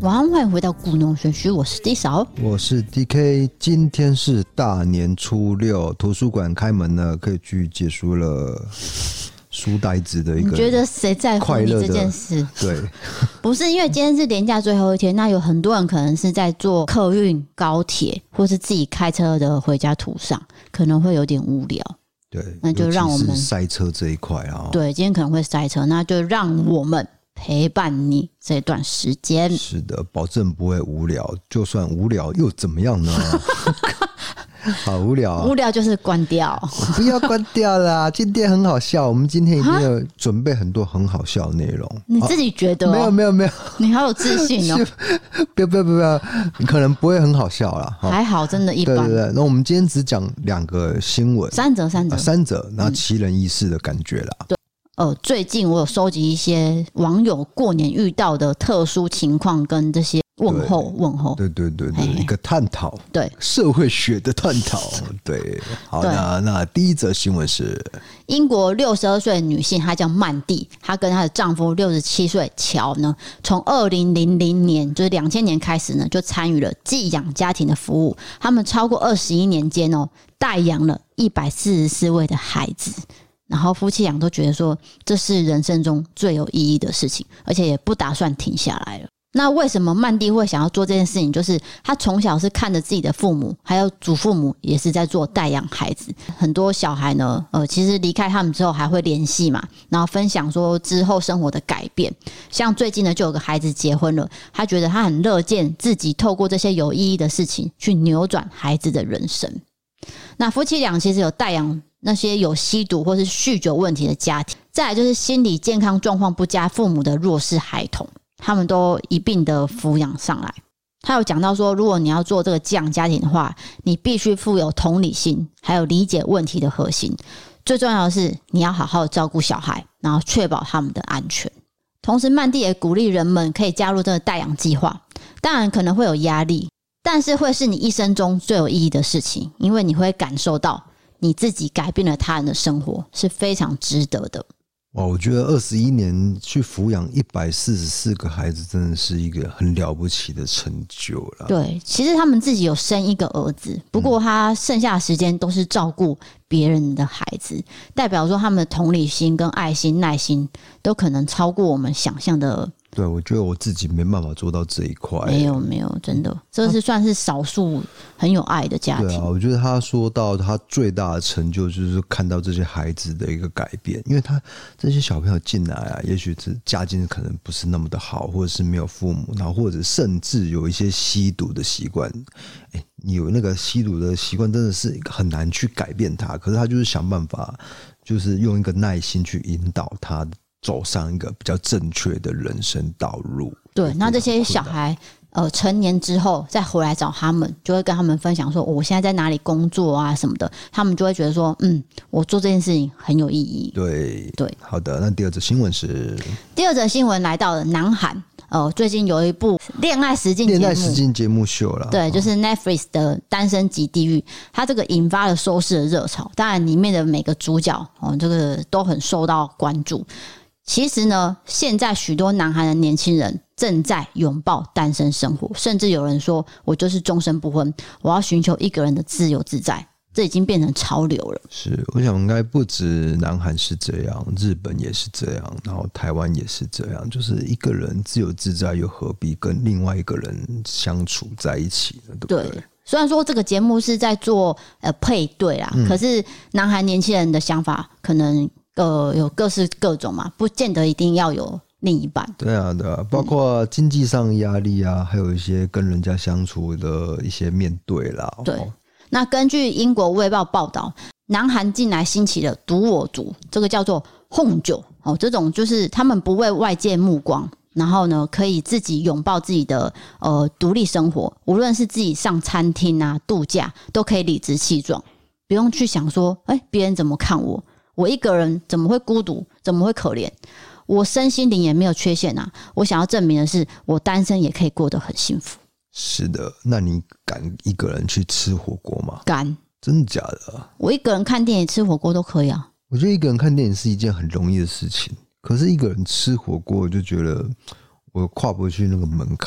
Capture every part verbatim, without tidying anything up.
晚安，欢迎回到故弄玄虚，我是 D 嫂， 我是 D K。今天是大年初六，图书馆开门了，可以去借书了。书呆子的一个， 你觉得谁在乎你这件事？ 对， 不是因为今天是连假最后一天，那有很多人可能是在坐客运、高铁，或是自己开车的回家途上，可能会有点无聊。 对， 那就让我们塞车这一块啊， 对，今天可能会塞车，那就让我们陪伴你这段时间。 是的，保证不会无聊，就算无聊又怎么样呢？好无聊、啊， 无聊就是关掉， 不要关掉啦！今天很好笑，我们今天一定有准备很多很好笑的内容。 你自己觉得、哦啊？没有没有没有， 你好有自信哦！ 不要不要不要，可能不会很好笑啦。 还好，真的一般。 对对对，那我们今天只讲两个新闻， 三则三则、 啊、三则，然后奇人异事的感觉啦。 对。呃，最近我有收集一些网友过年遇到的特殊情况跟这些问候问候， 对对对对，一个探讨， 对社会学的探讨，对。好，那那第一则新闻是英国六十二岁的女性，她叫曼蒂，她跟她的丈夫六十七岁乔呢，从二零零零年就是两千年开始呢，就参与了寄养家庭的服务，他们超过二十一年间哦，代养了一百四十四位的孩子。然后夫妻俩都觉得说这是人生中最有意义的事情，而且也不打算停下来了。那为什么曼蒂会想要做这件事情？就是她从小是看着自己的父母还有祖父母也是在做代养孩子，很多小孩呢呃，其实离开他们之后还会联系嘛，然后分享说之后生活的改变。像最近呢就有个孩子结婚了，他觉得他很乐见自己透过这些有意义的事情去扭转孩子的人生。那夫妻俩其实有代养那些有吸毒或是酗酒问题的家庭，再来就是心理健康状况不佳父母的弱势孩童，他们都一并的抚养上来。他有讲到说，如果你要做这个寄养家庭的话，你必须富有同理心，还有理解问题的核心。最重要的是，你要好好照顾小孩，然后确保他们的安全。同时，曼蒂也鼓励人们可以加入这个代养计划，当然可能会有压力，但是会是你一生中最有意义的事情，因为你会感受到你自己改变了他人的生活，是非常值得的。 哇，我觉得二十一年去抚养一百四十四个孩子，真的是一个很了不起的成就了。 对，其实他们自己有生一个儿子，不过他剩下的时间都是照顾别人的孩子，代表说他们的同理心跟爱心、耐心都可能超过我们想象的。 对，我觉得我自己没办法做到这一块。 没有没有，真的，这是算是少数很有爱的家庭。 对啊，我觉得他说到他最大的成就就是看到这些孩子的一个改变，因为他这些小朋友进来啊，也许是家境可能不是那么的好，或者是没有父母，然后或者甚至有一些吸毒的习惯。欸，你有那个吸毒的习惯，真的是很难去改变他，可是他就是想办法，就是用一个耐心去引导他走上一个比较正确的人生道路。 对，那这些小孩呃成年之后再回来找他们，就会跟他们分享说，哦，我现在在哪里工作啊什么的，他们就会觉得说，嗯，我做这件事情很有意义。 对对， 好的。那第二则新闻是， 第二则新闻来到了南韩，呃，最近有一部恋爱实境节目， 恋爱实境节目秀啦， 对，就是 Netflix 的《单身即地狱》，它这个引发了收视的热潮，当然里面的每个主角哦，这个都很受到关注。其实呢，现在许多南韩的年轻人正在拥抱单身生活，甚至有人说我就是终身不婚，我要寻求一个人的自由自在，这已经变成潮流了。 是，我想应该不止南韩是这样，日本也是这样，然后台湾也是这样，就是一个人自由自在，又何必跟另外一个人相处在一起呢？对不对？ 对，虽然说这个节目是在做呃配对啦，嗯，可是南韩年轻人的想法可能呃有各式各种嘛，不见得一定要有另一半。 对啊，对啊，包括经济上压力啊，嗯，还有一些跟人家相处的一些面对啦。 对，哦，那根据英国卫报报道，南韩近来兴起了独我族，这个叫做hon酒哦，这种就是他们不为外界目光，然后呢可以自己拥抱自己的呃独立生活，无论是自己上餐厅啊度假，都可以理直气壮，不用去想说哎别人怎么看我，我一个人怎么会孤独，怎么会可怜，我身心灵也没有缺陷啊，我想要证明的是我单身也可以过得很幸福。 是的，那你敢一个人去吃火锅吗？ 敢。 真的假的啊？ 我一个人看电影吃火锅都可以啊。 我觉得一个人看电影是一件很容易的事情，可是一个人吃火锅我就觉得我跨不去那个门槛。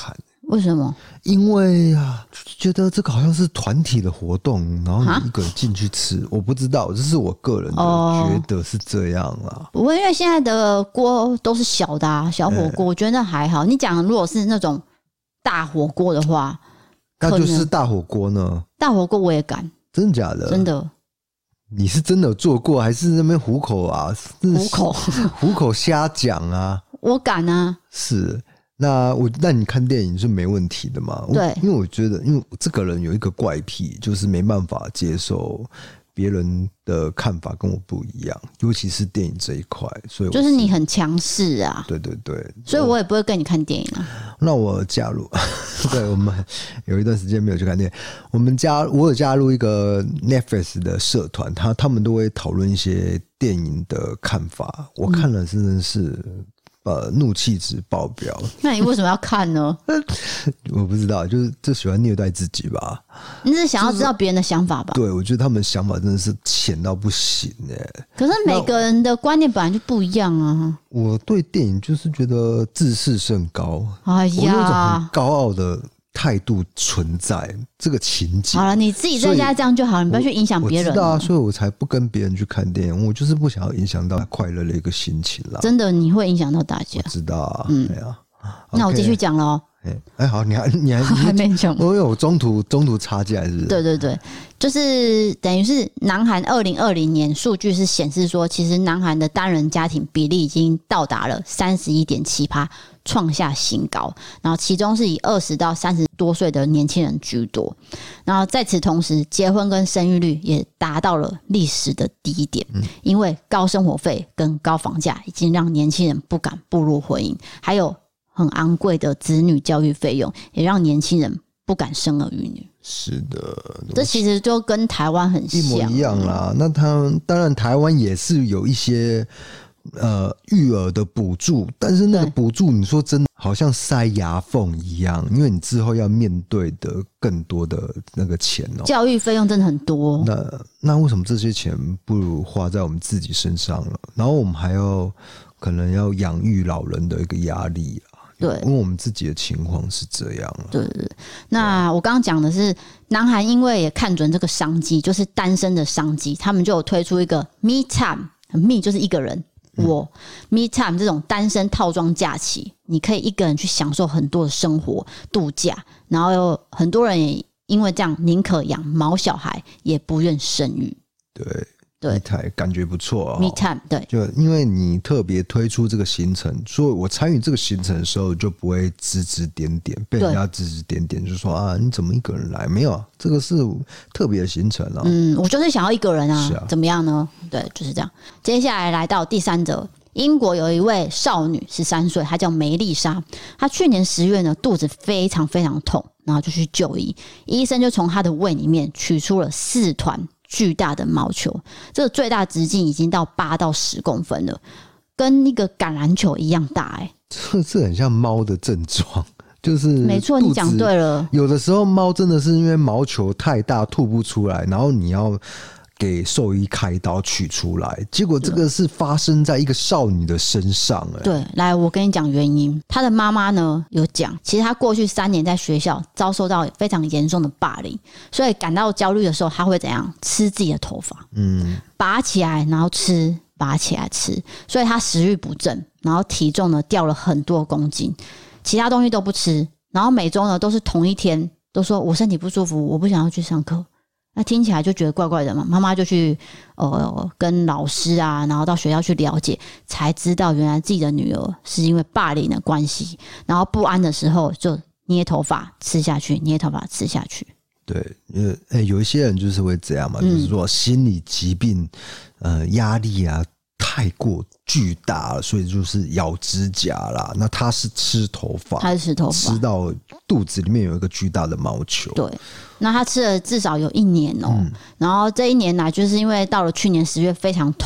为什么？ 因为啊，觉得这个好像是团体的活动，然后你一个人进去吃，我不知道，这是我个人的觉得是这样啦。 不会，因为现在的锅都是小的啊，小火锅，欸、我觉得那还好。你讲如果是那种大火锅的话， 那就是大火锅呢？ 大火锅我也敢， 真的假的？ 真的。 你是真的有做过，还是那边虎口啊？ 虎口， 虎口瞎讲啊！ 我敢啊！ 是。那我那你看电影是没问题的嘛？ 对， 因为我觉得，因为这个人有一个怪癖，就是没办法接受别人的看法跟我不一样，尤其是电影这一块，所以我是就是你很强势啊。 对对对， 所以我也不会跟你看电影啊。 那我加入，对我们有一段时间没有去看电影，我们加我有加入一个 Netflix 的社团，他他们都会讨论一些电影的看法，我看了真的是。嗯呃，怒气值爆表。 那你为什么要看呢？ 我不知道，就是就喜欢虐待自己吧。 你是想要知道别人的想法吧？ 对，我觉得他们的想法真的是浅到不行哎。 可是每个人的观念本来就不一样啊。 我对电影就是觉得自视甚高， 哎呀， 我有一种很高傲的态度存在这个情景。 好了，你自己在家这样就好，你不要去影响别人。 我知道啊，所以我才不跟别人去看电影，我就是不想要影响到快乐的一个心情啦。 真的，你会影响到大家。 我知道啊， 嗯， 对啊。 那我继续讲喽。 哎、欸，好，你还你还还没讲， 我有中途中途插进来是不是？ 对对对，就是等于是南韩二零二零年数据是显示说，其实南韩的单人家庭比例已经到达了三十一点七趴，创下新高。然后其中是以二十到三十多岁的年轻人居多。然后在此同时，结婚跟生育率也达到了历史的低点，嗯、因为高生活费跟高房价已经让年轻人不敢步入婚姻，还有很昂贵的子女教育费用，也让年轻人不敢生儿育女。 是的， 这其实就跟台湾很像， 一模一样啦。那他当然台湾也是有一些呃育儿的补助，但是那个补助你说真的好像塞牙缝一样，因为你之后要面对的更多的那个钱哦、喔， 教育费用真的很多。 那那为什么这些钱不如花在我们自己身上了？然后我们还要可能要养育老人的一个压力啊。对，因为我们自己的情况是这样。 对对对，那我刚刚讲的是，南韩因为也看准这个商机，就是单身的商机，他们就有推出一个 Me Time，Me 就是一个人，我、嗯、Me Time 这种单身套装假期，你可以一个人去享受很多的生活度假，然后有很多人也因为这样宁可养毛小孩，也不愿生育。 对。对，感觉不错哦。 Me Time， 对， 就因为你特别推出这个行程，所以我参与这个行程的时候就不会指指点点，被人家指指点点，就说啊，你怎么一个人来？没有，这个是特别的行程哦。 嗯，我就是想要一个人啊， 啊怎么样呢？对，就是这样。接下来来到第三则。英国有一位少女十三岁，她叫梅丽莎。她去年十月呢，肚子非常非常痛，然后就去就医，医生就从她的胃里面取出了四团巨大的毛球，这个最大直径已经到八到十公分了，跟一个橄榄球一样大、欸。 这这很像猫的症状，就是没错，你讲对了。 有的时候猫真的是因为毛球太大吐不出来，然后你要给兽医开刀取出来，结果这个是发生在一个少女的身上、欸。 对，来，我跟你讲原因。她的妈妈呢有讲，其实她过去三年在学校遭受到非常严重的霸凌，所以感到焦虑的时候，她会怎样？吃自己的头发，嗯，拔起来然后吃，拔起来吃，所以她食欲不振，然后体重呢掉了很多公斤，其他东西都不吃，然后每周呢都是同一天，都说我身体不舒服，我不想要去上课。那听起来就觉得怪怪的嘛，妈妈就去呃跟老师啊，然后到学校去了解，才知道原来自己的女儿是因为霸凌的关系，然后不安的时候就捏头发吃下去，捏头发吃下去。 对，因为、欸、有一些人就是会这样嘛，嗯、就是说心理疾病、呃压力啊太过巨大了，所以就是咬指甲啦。那他是吃头发， 他是吃头发， 吃到肚子里面有一个巨大的毛球。 对，那他吃了至少有一年哦、喔嗯。然后这一年来，就是因为到了去年十月非常痛，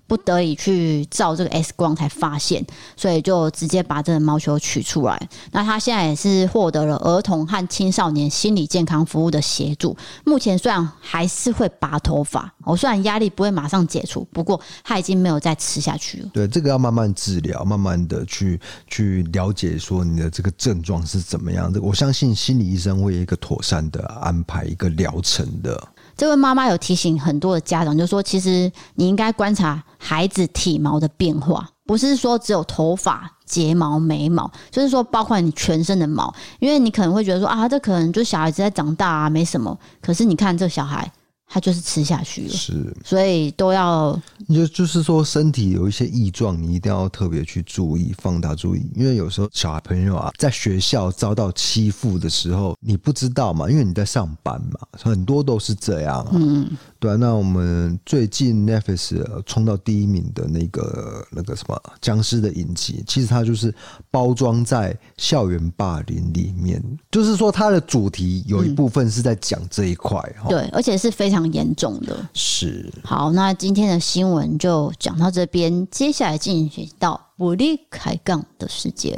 不得已去照这个 X 光才发现，所以就直接把这个毛球取出来。那他现在也是获得了儿童和青少年心理健康服务的协助。目前虽然还是会拔头发，哦，虽然压力不会马上解除，不过他已经没有再吃下去了。 对，这个要慢慢治疗，慢慢的去去了解说你的这个症状是怎么样的。我相信心理医生会有一个妥善的安排一个疗程的。 这位妈妈有提醒很多的家长，就说其实你应该观察孩子体毛的变化，不是说只有头发、睫毛、眉毛，就是说包括你全身的毛。因为你可能会觉得说啊，这可能就小孩子在长大啊，没什么。可是你看这小孩，他就是吃下去了， 是， 所以都要就就是说身体有一些异状，你一定要特别去注意，放大注意。因为有时候小孩朋友啊，在学校遭到欺负的时候，你不知道嘛，因为你在上班嘛，很多都是这样啊。嗯，对啊。那我们最近 Netflix 冲到第一名的那个那个什么僵尸的影集，其实它就是包装在校园霸凌里面，就是说它的主题有一部分是在讲这一块。 嗯，对，而且是非常严重的。 是。 好，那今天的新闻就讲到这边，接下来进行到不利开杠的时间。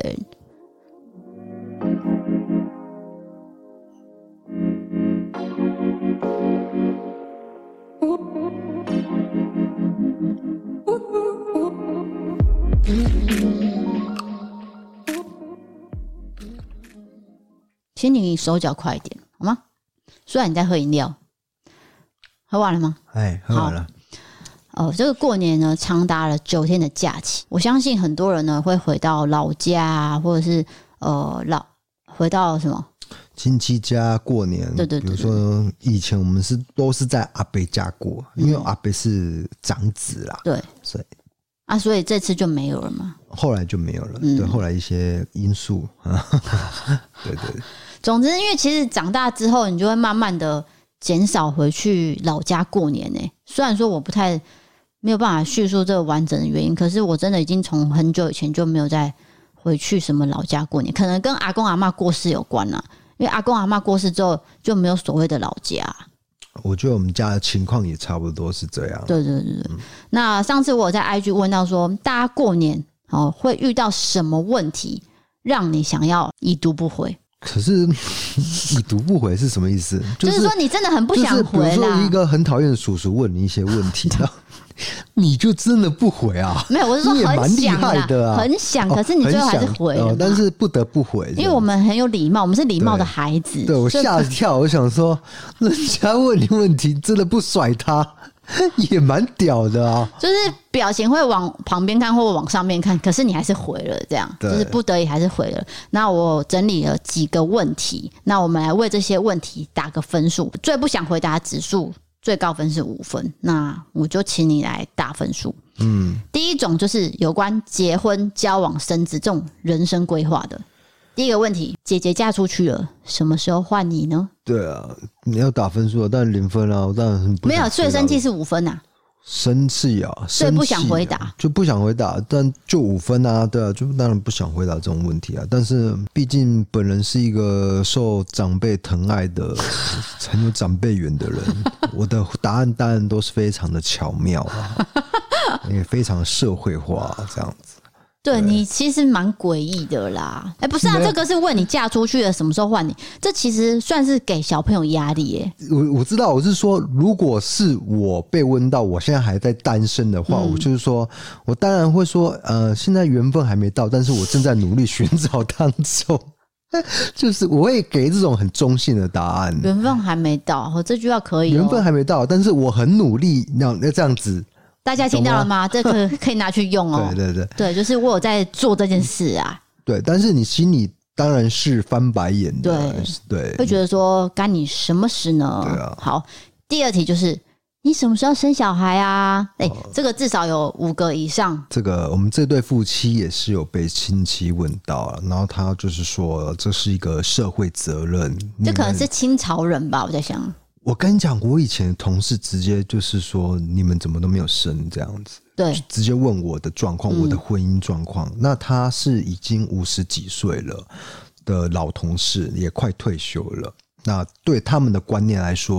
请你手脚快一点好吗？虽然你在喝饮料。喝完了吗？ 哎，喝完了。 哦，这个过年呢，长达了九天的假期，我相信很多人呢会回到老家啊，或者是呃老回到什么亲戚家过年。 对对 对, 对， 比如说以前我们是都是在阿伯家过，因为阿伯是长子啦。 对， 所以啊，所以这次就没有了嘛。 后来就没有了。嗯，对，后来一些因素。对对。 总之，因为其实长大之后，你就会慢慢的减少回去老家过年欸。虽然说我不太没有办法叙述这个完整的原因，可是我真的已经从很久以前就没有再回去什么老家过年，可能跟阿公阿嬷过世有关啦。因为阿公阿嬷过世之后就没有所谓的老家。 我觉得我们家的情况也差不多是这样。 对对对对。嗯，那上次我有在 I G 问到说，大家过年，哦，会遇到什么问题让你想要已读不回？ 可是已读不回是什么意思？就是、 就是说你真的很不想回啦。 就是、比如说一个很讨厌的叔叔问你一些问题，你就真的不回啊？ 没有，我是说很想啦， 蛮厉害的啊， 很想，可是你最后还是回了、 哦哦，但是不得不回， 因为我们很有礼貌，我们是礼貌的孩子。 对，对我吓一跳，我想说，人家问你问题，真的不甩他。也蛮屌的啊， 就是表情会往旁边看或往上面看，可是你还是回了，这样就是不得已还是回了。那我整理了几个问题，那我们来为这些问题打个分数。最不想回答指数最高分是五分，那我就请你来打分数。嗯，第一种就是有关结婚、交往、生子这种人生规划的。第一个问题，姐姐嫁出去了，什么时候换你呢？ 对啊，你要打分数啊，当然零分啊，我当然很不想。 没有，最生气是五分啊。 生气啊， 所以不想回答， 就不想回答，但就五分啊，对啊，就当然不想回答这种问题啊。但是毕竟本人是一个受长辈疼爱的、很有长辈缘的人，我的答案当然都是非常的巧妙啊，也非常社会化这样子。 对，你其实蛮诡异的啦。哎、欸，不是啊，这个是问你嫁出去了什么时候换你，这其实算是给小朋友压力耶。 我我知道，我是说，如果是我被问到我现在还在单身的话，嗯、我就是说我当然会说，呃，现在缘分还没到，但是我正在努力寻找当中。就是我会给这种很中性的答案。 缘分还没到，这句话可以、哦。 缘分还没到，但是我很努力，要要这样子。 大家听到了吗？这个可以拿去用哦。 对对对， 对，就是我有在做这件事啊。 对，但是你心里当然是翻白眼的， 对对， 会觉得说干你什么事呢？ 对啊。 好，第二题就是你什么时候生小孩啊？哎、欸，这个至少有五个以上。 这个我们这对夫妻也是有被亲戚问到，然后他就是说这是一个社会责任， 这可能是清朝人吧？我在想。 我跟你讲，我以前的同事直接就是说，你们怎么都没有生这样子， 对， 直接问我的状况，我的婚姻状况。嗯、那他是已经五十几岁了的老同事，也快退休了。那对他们的观念来说，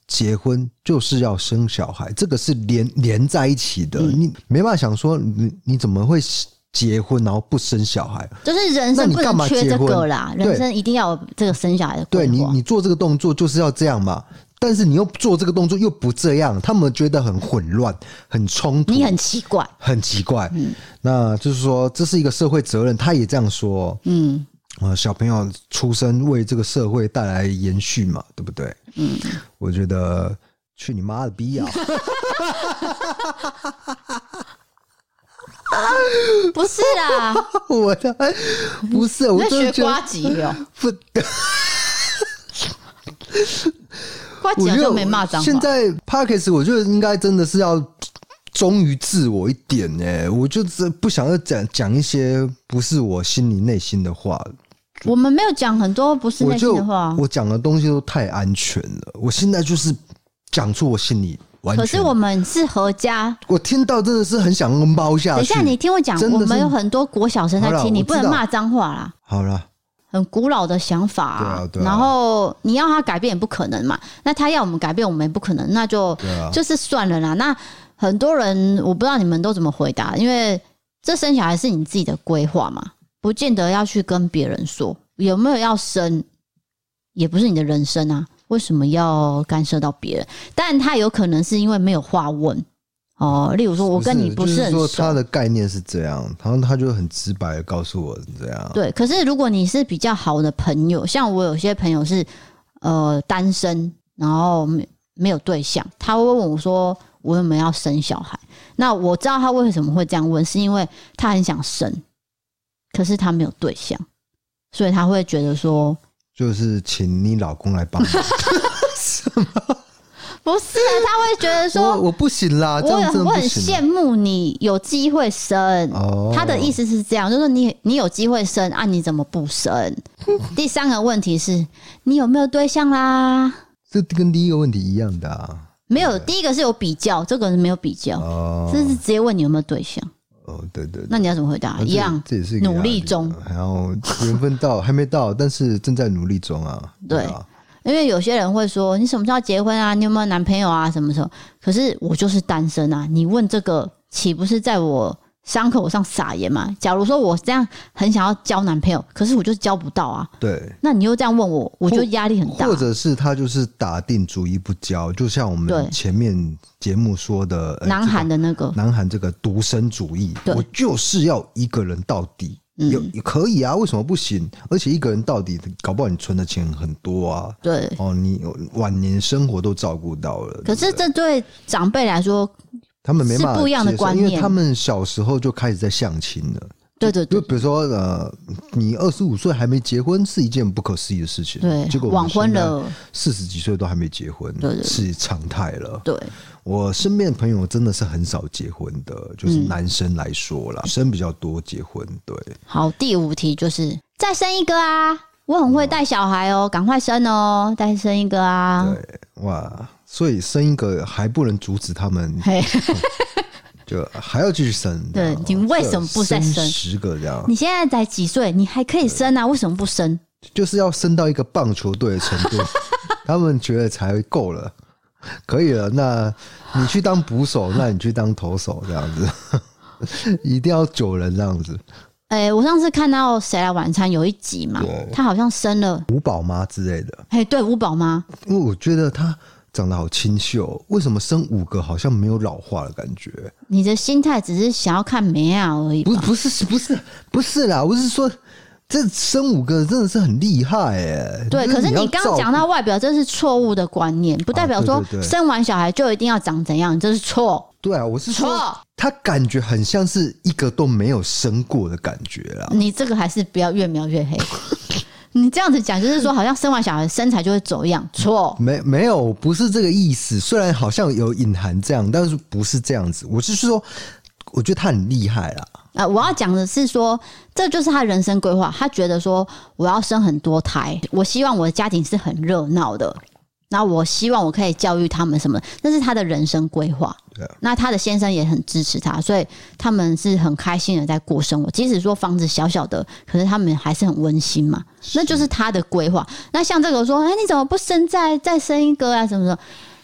结婚就是要生小孩，这个是连连在一起的，嗯、你没办法想说你你怎么会结婚然后不生小孩？ 就是人生不能缺这个啦，人生一定要有这个生小孩的规划。 对你，你做这个动作就是要这样嘛。但是你又做这个动作又不这样，他们觉得很混乱、很冲突， 你很奇怪， 很奇怪。嗯，那就是说这是一个社会责任，他也这样说。嗯，呃，小朋友出生为这个社会带来延续嘛，对不对？嗯，我觉得去你妈的逼啊！ 不是啦， 我的不是，我在学呱吉哦。不。 我觉得没骂脏话。现在 Podcast 我觉得应该真的是要忠于自我一点哎，我就是不想要讲讲一些不是我心里内心的话。 我们没有讲很多不是内心的话， 我讲的东西都太安全了。我现在就是讲出我心里完全。 可是我们是合家， 我听到真的是很想猫下去。 等一下，你听我讲，我们有很多国小生在听，你不能骂脏话啦。 好了。 很古老的想法、啊， 对啊对啊， 然后你要他改变也不可能嘛，那他要我们改变我们也不可能，那就、啊、就是算了啦。那很多人我不知道你们都怎么回答，因为这生小孩是你自己的规划嘛，不见得要去跟别人说有没有要生，也不是你的人生啊，为什么要干涉到别人？但他有可能是因为没有话问。哦，例如说我跟你不是很熟， 就是说他的概念是这样，然后他就很直白的告诉我这样。 对，可是如果你是比较好的朋友，像我有些朋友是呃单身，然后没没有对象，他会问我说我有没有要生小孩？那我知道他为什么会这样问，是因为他很想生，可是他没有对象，所以他会觉得说， 就是请你老公来帮忙。什么？ 不是啊，他会觉得说我我不行啦，这样真的不行。 我很羡慕你有机会生、哦，他的意思是这样，就是说你你有机会生啊，你怎么不生？第三个问题是你有没有对象啦？ 这跟第一个问题一样的啊。 没有，第一个是有比较，这个是没有比较，哦、这是直接问你有没有对象。 哦，对 对, 对， 那你要怎么回答？一样， 这也是一个努力中， 然后缘分到还没到，但是正在努力中啊。 对。对啊，因为有些人会说你什么时候结婚啊？你有没有男朋友啊？什么时候？可是我就是单身啊！你问这个岂不是在我伤口上撒盐嘛？假如说我这样很想要交男朋友，可是我就是交不到啊。 对， 那你又这样问我，我就压力很大。 或者是他就是打定主意不交，就像我们前面节目说的， 南韩的那个南韩这个独身主义，我就是要一个人到底。有可以啊，为什么不行？而且一个人到底搞不好你存的钱很多啊。 对哦，你晚年生活都照顾到了。 可是这对长辈来说， 他们没办法是不一样的观念， 因为他们小时候就开始在相亲了。 对对对， 就比如说呃，你二十五岁还没结婚是一件不可思议的事情。 对， 结果晚婚了， 四十几岁都还没结婚，对对对，是常态了。 对。 我身边的朋友真的是很少结婚的，就是男生来说啦，女生比较多结婚。对， 好，第五题就是再生一个啊！我很会带小孩哦，赶快生哦，再生一个啊！ 对，哇，所以生一个还不能阻止他们，就还要继续生。 对，你为什么不再生十个这样？ 你现在才几岁，你还可以生啊？为什么不生？ 就是要生到一个棒球队的程度，他们觉得才够了。可以了，那你去当捕手，那你去当投手，这样子，一定要九人这样子。 哎、欸，我上次看到《谁来晚餐》有一集嘛，他好像生了五宝妈之类的。 哎，对，五宝妈， 因为我觉得她长得好清秀，为什么生五个好像没有老化的感觉？ 你的心态只是想要看美啊而已吧。 不，不是，不是，不是啦，我是说。这生五个真的是很厉害哎！ 对，可是你刚刚讲到外表，这是错误的观念，不代表说生完小孩就一定要长怎样，这是错。 对啊，我是说，他感觉很像是一个都没有生过的感觉啦。 你这个还是不要越描越黑。你这样子讲，就是说好像生完小孩身材就会走样，错。 没没有，不是这个意思。虽然好像有隐含这样，但是不是这样子。我是说，我觉得他很厉害啦。 呃，我要讲的是说，这就是他人生规划。他觉得说，我要生很多胎，我希望我的家庭是很热闹的，然后我希望我可以教育他们什么，那是他的人生规划。那他的先生也很支持他，所以他们是很开心的在过生活。即使说房子小小的，可是他们还是很温馨嘛。那就是他的规划。那像这个说，哎，你怎么不生再再生一个啊？什么什么？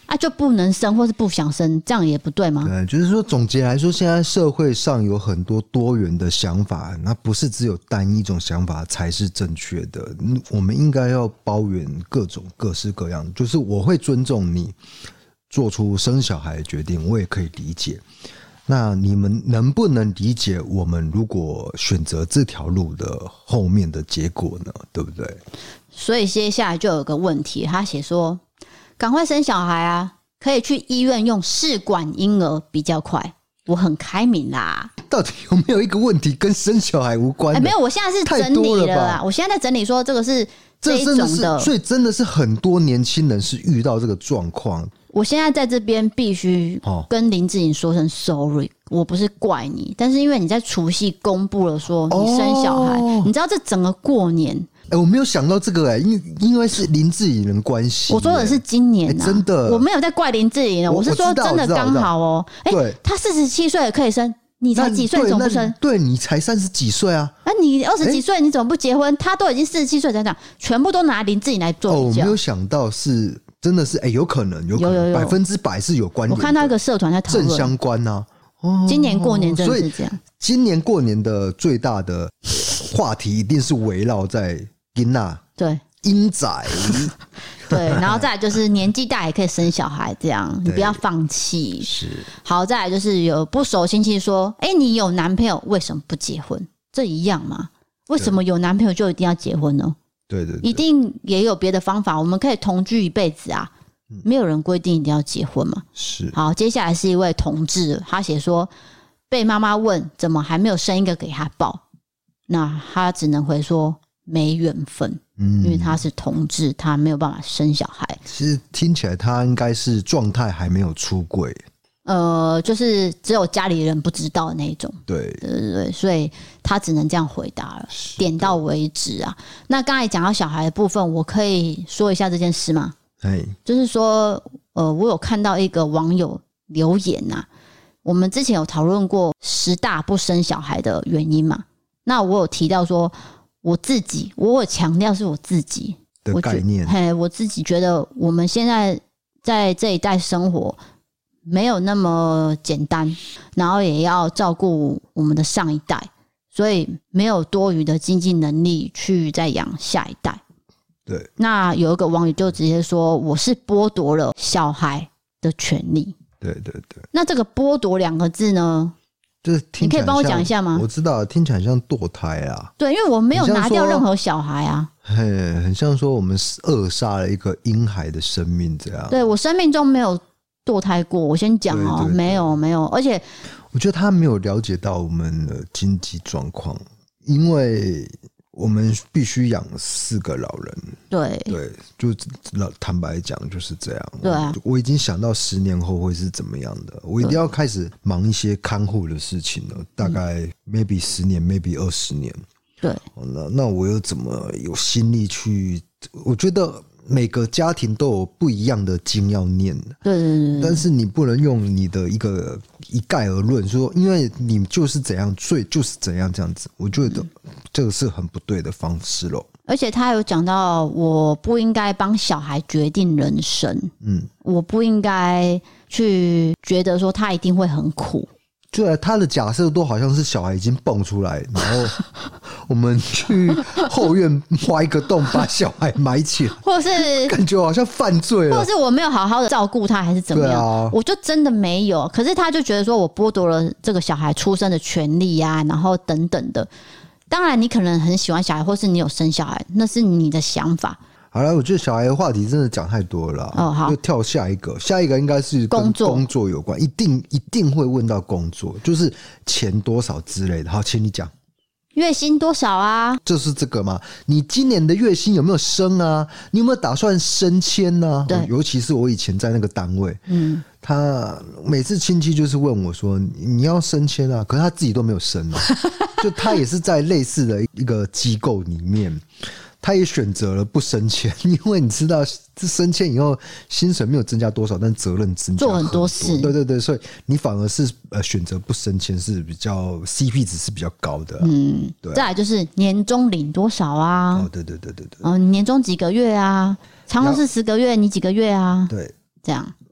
啊，就不能生或是不想生，这样也不对吗？ 对，就是说总结来说，现在社会上有很多多元的想法，那不是只有单一种想法才是正确的。我们应该要包圆各种各式各样，就是我会尊重你做出生小孩的决定，我也可以理解。那你们能不能理解我们如果选择这条路的后面的结果呢？对不对？ 所以接下来就有个问题，他写说赶快生小孩啊，可以去医院用试管婴儿比较快。我很开明啦， 到底有没有一个问题跟生小孩无关的？ 欸、没有，我现在是整理了啦，我现在在整理说这个是这一种的， 所以真的是很多年轻人是遇到这个状况。 我现在在这边必须跟林志颖说声 sorry， 我不是怪你，但是因为你在除夕公布了说你生小孩，哦、你知道这整个过年， 哎、欸，我没有想到这个哎、欸，因为因为是林志颖的关系、欸， 我说的是今年啊、 欸，真的， 我没有在怪林志颖，我是说真的刚好哦、喔，哎、欸，他四十七岁也可以生。你才几岁怎么不生？ 对，你才三十几岁啊！ 啊，你二十几岁你怎么不结婚？欸、他都已经四十七岁才讲，全部都拿林志颖来做比较。 哦，我没有想到是真的是哎、欸，有可能，有可能百分之百是有关联。 我看到一个社团在讨论正相关呐、啊。哦， 今年过年真的是这样。 今年过年的最大的话题一定是围绕在囡仔对婴仔。 对，然后再来就是年纪大也可以生小孩，这样你不要放弃。 是， 好，再来就是有不熟亲戚说：“哎、欸，你有男朋友为什么不结婚？”这一样吗？为什么有男朋友就一定要结婚呢？ 对对对， 一定也有别的方法，我们可以同居一辈子啊，没有人规定一定要结婚嘛。 是。 好，接下来是一位同志，他写说被妈妈问怎么还没有生一个给他抱，那他只能回说没缘分。嗯，因为他是同志，他没有办法生小孩。 其实听起来他应该是状态还没有出柜， 呃，就是只有家里人不知道的那一种。 对对对对，所以他只能这样回答了，点到为止啊。那刚才讲到小孩的部分，我可以说一下这件事吗？ 哎， 就是说，呃，我有看到一个网友留言啊，我们之前有讨论过十大不生小孩的原因嘛？那我有提到说。我自己，我有强调是我自己的概念。 嘿，我自己觉得我们现在在这一代生活没有那么简单，然后也要照顾我们的上一代，所以没有多余的经济能力去再养下一代。 对。 那有一个网友就直接说，我是剥夺了小孩的权利。 对对对。 那这个剥夺两个字呢？ 就是听起来你可以帮我讲一下吗？ 我知道，听起来像堕胎啊。 对，因为我没有拿掉任何小孩啊。 嘿，很像说我们扼杀了一个婴孩的生命这样。 对，我生命中没有堕胎过，我先讲哦、喔，没有没有，而且我觉得他没有了解到我们的经济状况，因为我们必须养四个老人。 对对，就坦白讲就是这样。 对啊， 我已经想到十年后会是怎么样的，我一定要开始忙一些看护的事情了。大概 maybe 十年 ，maybe 二十年。 对， 那那我又怎么有心力去？我觉得每个家庭都有不一样的经要念的。 对对对。 但是你不能用你的一个一概而论，说因为你就是怎样，所以就是怎样这样子。我觉得这个是很不对的方式咯。 而且他有讲到，我不应该帮小孩决定人生，嗯，我不应该去觉得说他一定会很苦。 对，他的假设都好像是小孩已经蹦出来，然后我们去后院挖一个洞把小孩埋起来， 或是感觉好像犯罪了， 或是我没有好好的照顾他，还是怎么样？啊、我就真的没有。可是他就觉得说我剥夺了这个小孩出生的权利啊，然后等等的。当然，你可能很喜欢小孩，或是你有生小孩，那是你的想法。 好了，我觉得小孩的话题真的讲太多了啦。 哦，好， 就跳下一个，下一个应该是跟工作有关，一定一定会问到工作，就是钱多少之类的。好，请你讲。 月薪多少啊？ 就是这个嘛。你今年的月薪有没有升啊？你有没有打算升迁呢？对，尤其是我以前在那个单位，嗯，他每次亲戚就是问我说：“你要升迁啊？”可是他自己都没有升啊。就他也是在类似的一个机构里面。他也选择了不升迁，因为你知道，这升迁以后薪水没有增加多少，但责任增加做很多事。 对对对，所以你反而是呃选择不升迁是比较 C P 值是比较高的、啊。嗯，对、啊。 再来就是年终领多少啊？ 哦，对对对对对。 哦，年终几个月啊？长荣是十个月，你几个月啊？ 对， 这样。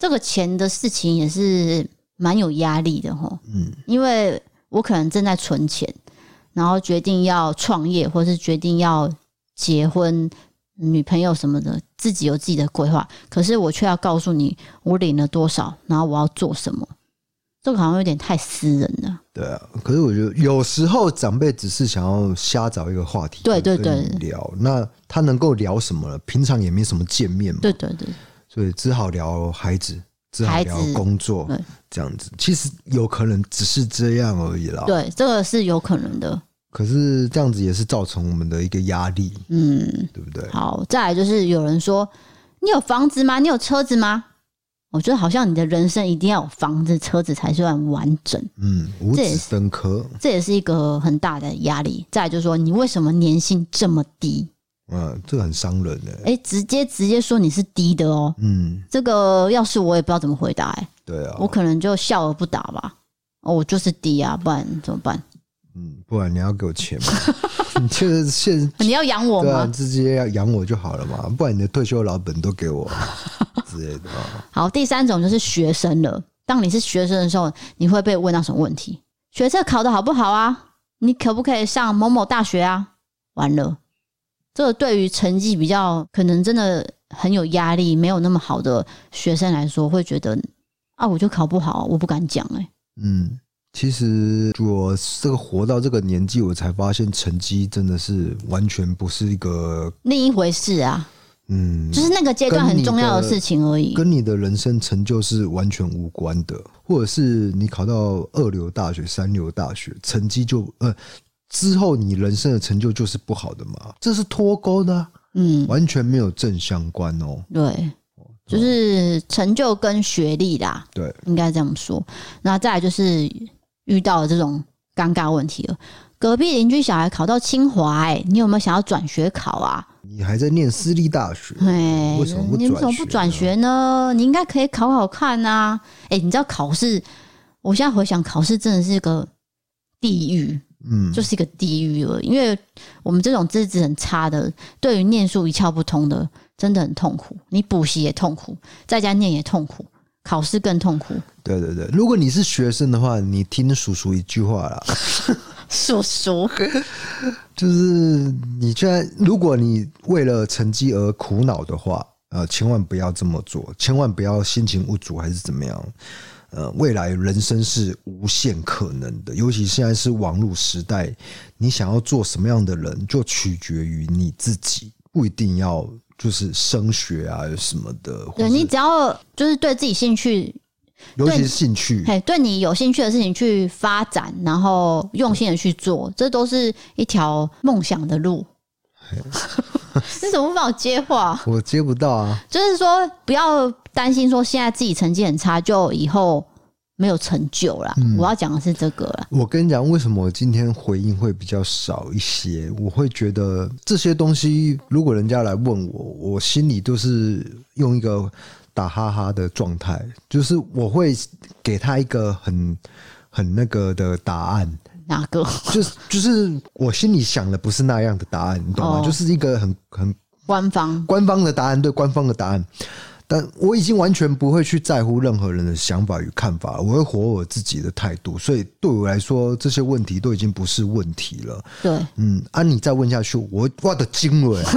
这个钱的事情也是蛮有压力的齁。嗯，因为我可能正在存钱，然后决定要创业，或是决定要结婚、女朋友什么的，自己有自己的规划，可是我却要告诉你我领了多少，然后我要做什么。这个好像有点太私人了。 对啊，可是我觉得有时候长辈只是想要瞎找一个话题， 对对对， 聊。那他能够聊什么了？平常也没什么见面嘛， 对对对， 所以只好聊孩子，只好聊工作，这样子。其实有可能只是这样而已啦。 对，这个是有可能的。 可是这样子也是造成我们的一个压力，嗯，对不对？ 好，再来就是有人说，你有房子吗？你有车子吗？我觉得好像你的人生一定要有房子、车子才算完整。嗯， 五子登科， 这也是一个很大的压力。再来就是说，你为什么年薪这么低？ 嗯，这个很伤人的、欸。 哎、欸，直接直接说你是低的哦。嗯，这个要是我也不知道怎么回答、欸。哎， 对啊， 我可能就笑而不答吧。哦，我就是低啊，不然怎么办？ 嗯，不然你要给我钱嘛？你就是现你要养我吗？ 对啊，直接要养我就好了嘛，不然你的退休老本都给我之类的。 好，第三种就是学生了。当你是学生的时候，你会被问到什么问题？学测考得好不好啊？你可不可以上某某大学啊？完了，这个对于成绩比较可能真的很有压力、没有那么好的学生来说，会觉得啊，我就考不好，我不敢讲哎、欸。 嗯。其实我这个活到这个年纪，我才发现成绩真的是完全不是一个另一回事啊。嗯，就是那个阶段很重要的事情而已， 跟你的人生成就是完全无关的。或者是你考到二流大学、三流大学，成绩就呃之后你人生的成就就是不好的嘛，这是脱钩的、啊，嗯，完全没有正相关哦。 对。就是成就跟学历啦， 对， 应该这样说。那再来就是遇到了这种尴尬问题了。隔壁邻居小孩考到清华、欸，你有没有想要转学考啊？ 你还在念私立大学，为什么不转学？ 你为什么不转学呢？你应该可以考考看啊！哎、欸，你知道考试，我现在回想考试真的是一个地狱，嗯，就是一个地狱了。因为我们这种资质很差的，对于念书一窍不通的。真的很痛苦，你补习也痛苦，在家念也痛苦，考试更痛苦。 对对对，如果你是学生的话，你听叔叔一句话啦， 叔叔就是你现在，如果你为了成绩而苦恼的话，呃，千万不要这么做，千万不要心情无助还是怎么样。呃，未来人生是无限可能的，尤其现在是网络时代，你想要做什么样的人，就取决于你自己，不一定要。就是升学啊什么的， 对你只要就是对自己兴趣， 尤其是兴趣， 对，对你有兴趣的事情去发展，然后用心的去做，这都是一条梦想的路。你怎么不帮我接话？ 我接不到啊。 就是说，不要担心说现在自己成绩很差，就以后没有成就啦、嗯、我要讲的是这个啦。 我跟你讲，为什么我今天回应会比较少一些？我会觉得这些东西，如果人家来问我，我心里都是用一个打哈哈的状态，就是我会给他一个很很那个的答案。 哪个？ 就是就是我心里想的不是那样的答案，你懂吗？哦、就是一个很很官方官方的答案，对，官方的答案。但我已经完全不会去在乎任何人的想法与看法，我会活我自己的态度，所以对我来说，这些问题都已经不是问题了。 对， 嗯，啊，你再问下去，我我的惊了。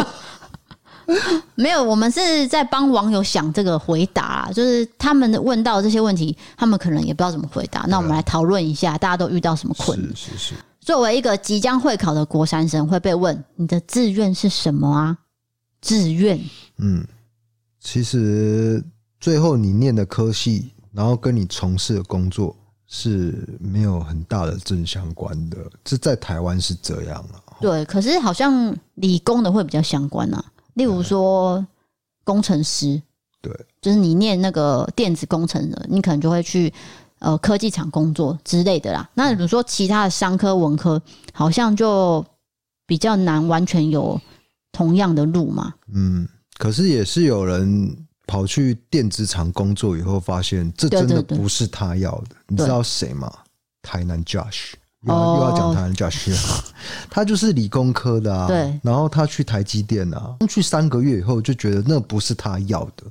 没有，我们是在帮网友想这个回答，就是他们问到这些问题，他们可能也不知道怎么回答。那我们来讨论一下，大家都遇到什么困难？ 是是是。 作为一个即将会考的国三生，会被问你的志愿是什么啊？志愿，嗯。 其实最后你念的科系，然后跟你从事的工作是没有很大的正相关的，这在台湾是这样啊。 对，可是好像理工的会比较相关啊，例如说工程师， 对， 就是你念那个电子工程的，你可能就会去呃科技厂工作之类的啦。那比如说其他的商科、文科，好像就比较难完全有同样的路嘛。 嗯。可是也是有人跑去电子厂工作以后，发现这真的不是他要的。你知道谁吗？台南 Josh， 又要、哦、又要讲台南 Josh， 他就是理工科的啊。 对。 然后他去台积电啊，去三个月以后就觉得那不是他要的，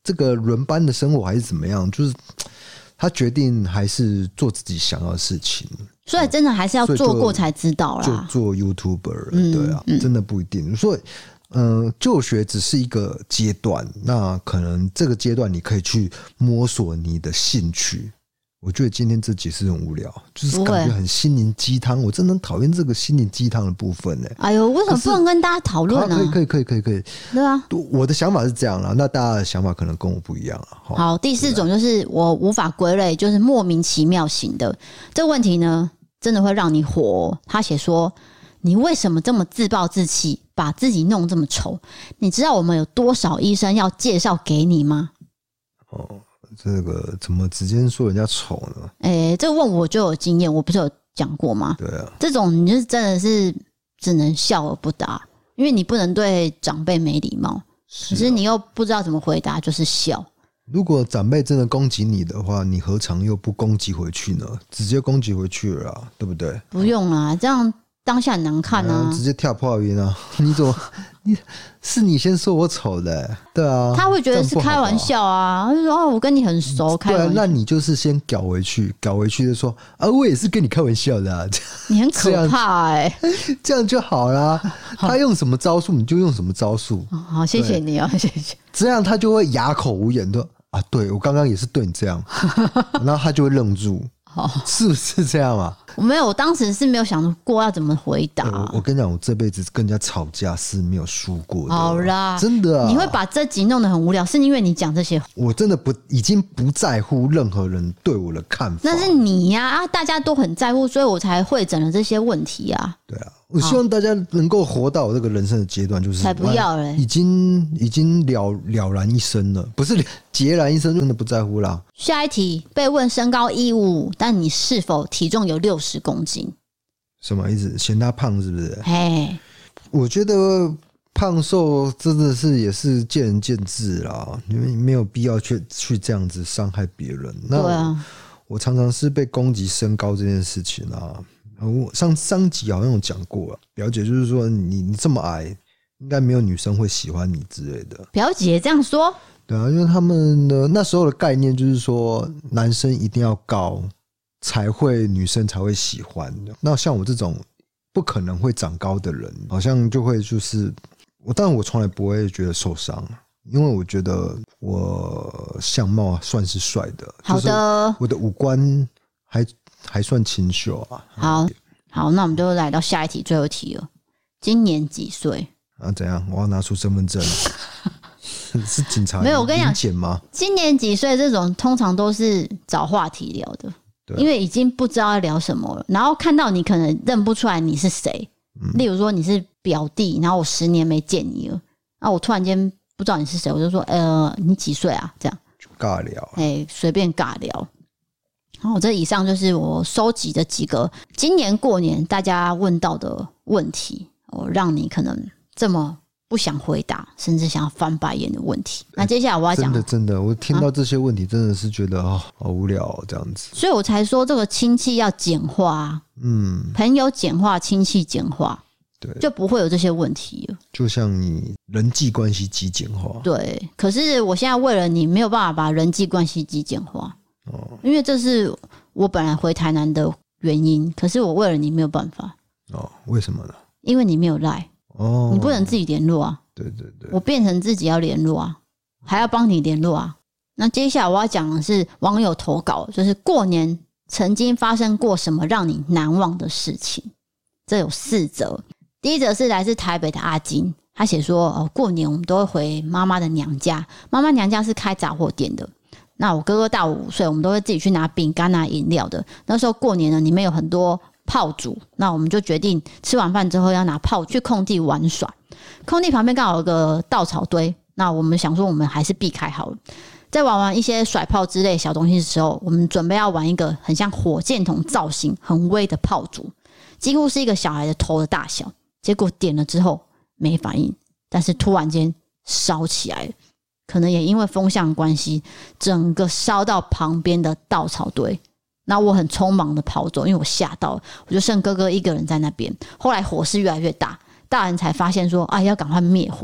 这个轮班的生活还是怎么样，就是他决定还是做自己想要的事情。 所以真的还是要做过才知道啦。 就做 YouTuber，、嗯、对啊、嗯，真的不一定。所以，嗯、呃，就学只是一个阶段，那可能这个阶段你可以去摸索你的兴趣。我觉得今天这集是很无聊，就是感觉很心灵鸡汤。我真的很讨厌这个心灵鸡汤的部分呢、欸。 哎呦，为什么不能跟大家讨论呢？ 可以，可以，可以，可以，可以。 对啊， 我的想法是这样啦，那大家的想法可能跟我不一样啊。 好，第四种就是我无法归类，就是莫名其妙型的。这个问题呢，真的会让你火、哦。他写说：“你为什么这么自暴自弃，把自己弄这么丑？你知道我们有多少医生要介绍给你吗？” 哦。这个怎么直接说人家丑呢？ 哎、欸，这个问我就有经验，我不是有讲过吗？ 对啊， 这种你就是真的是只能笑而不答，因为你不能对长辈没礼貌，可是你又不知道怎么回答，就是笑。 如果长辈真的攻击你的话，你何尝又不攻击回去呢？直接攻击回去了、啊，对不对？ 不用啦，这样当下很难看啊， 直接跳泡晕啊！你怎么？你是你先说我丑的、欸，对啊， 他会觉得是开玩笑啊，他就说哦，我跟你很熟，开玩笑。 对啊，那你就是先搞回去，搞回去就说啊，我也是跟你开玩笑的、啊， 你很可怕哎、欸， 这样就好啦。他用什么招数你就用什么招数。 好，谢谢你哦，谢谢。 这样他就会哑口无言的啊，对我刚刚也是对你这样，然后他就会愣住。好，是不是这样啊？ 我没有，我当时是没有想过要怎么回答、 欸、我, 我跟你讲，我这辈子跟人家吵架是没有输过的。 好啦， 真的啊！ 你会把这集弄得很无聊，是因为你讲这些话。 我真的不已经不在乎任何人对我的看法。 那是你呀、啊，大家都很在乎，所以我才会诊了这些问题啊。 对啊，我希望大家能够活到我这个人生的阶段，就是才不要嘞， 已经已经了了然一生了，不是孑然一身，真的不在乎啦。 下一题，被问身高一五五，但你是否体重有六十公斤？ 什么意思？嫌他胖是不是？ 嘿， 我觉得胖瘦真的是也是见仁见智啦，因为没有必要去去这样子伤害别人。那我，啊、我常常是被攻击身高这件事情啊。我上上集好像有讲过、啊，表姐就是说你你这么矮，应该没有女生会喜欢你之类的。 表姐这样说？ 对啊，因为他们的那时候的概念就是说，男生一定要高。才会女生才会喜欢的。那像我这种不可能会长高的人，好像就会就是我，当然我从来不会觉得受伤，因为我觉得我相貌算是帅的。 好的， 就是、我的五官还还算清秀啊。 好，好，那我们就来到下一题，最后一题了。今年几岁？ 啊，怎样？我要拿出身份证。是警察？ 没有，我跟你讲吗？ 今年几岁这种通常都是找话题聊的。因为已经不知道要聊什么了，然后看到你可能认不出来你是谁、嗯，例如说你是表弟，然后我十年没见你了，然后我突然间不知道你是谁，我就说呃你几岁啊？这样就尬聊、啊， 哎随便尬聊。好，这以上就是我收集的几个今年过年大家问到的问题，我让你可能这么不想回答，甚至想要翻白眼的问题。那接下来我要讲， 真的真的，我听到这些问题真的是觉得、啊、好无聊、哦、这样子， 所以我才说这个亲戚要简化、啊，嗯，朋友简化，亲戚简化，对，就不会有这些问题了。 就像你人际关系极简化， 对。可是我现在为了你，没有办法把人际关系极简化，哦，因为这是我本来回台南的原因。可是我为了你没有办法， 哦，为什么呢？ 因为你没有赖。哦，你不能自己联络啊！ 对对对， 我变成自己要联络啊，还要帮你联络啊。那接下来我要讲的是网友投稿，就是过年曾经发生过什么让你难忘的事情。这有四则，第一则是来自台北的阿金，他写说：哦，过年我们都会回妈妈的娘家，妈妈娘家是开杂货店的。那我哥哥大我五岁，我们都会自己去拿饼干、拿饮料的。那时候过年呢，里面有很多炮竹，那我们就决定吃完饭之后要拿炮去空地玩耍。空地旁边刚好有个稻草堆，那我们想说我们还是避开好了。在玩完一些甩炮之类小东西的时候，我们准备要玩一个很像火箭筒造型很微的炮竹，几乎是一个小孩的头的大小。结果点了之后没反应，但是突然间烧起来了，可能也因为风向关系，整个烧到旁边的稻草堆。那我很匆忙的跑走，因为我吓到了，我就剩哥哥一个人在那边。后来火势越来越大，大人才发现说，啊，要赶快灭火。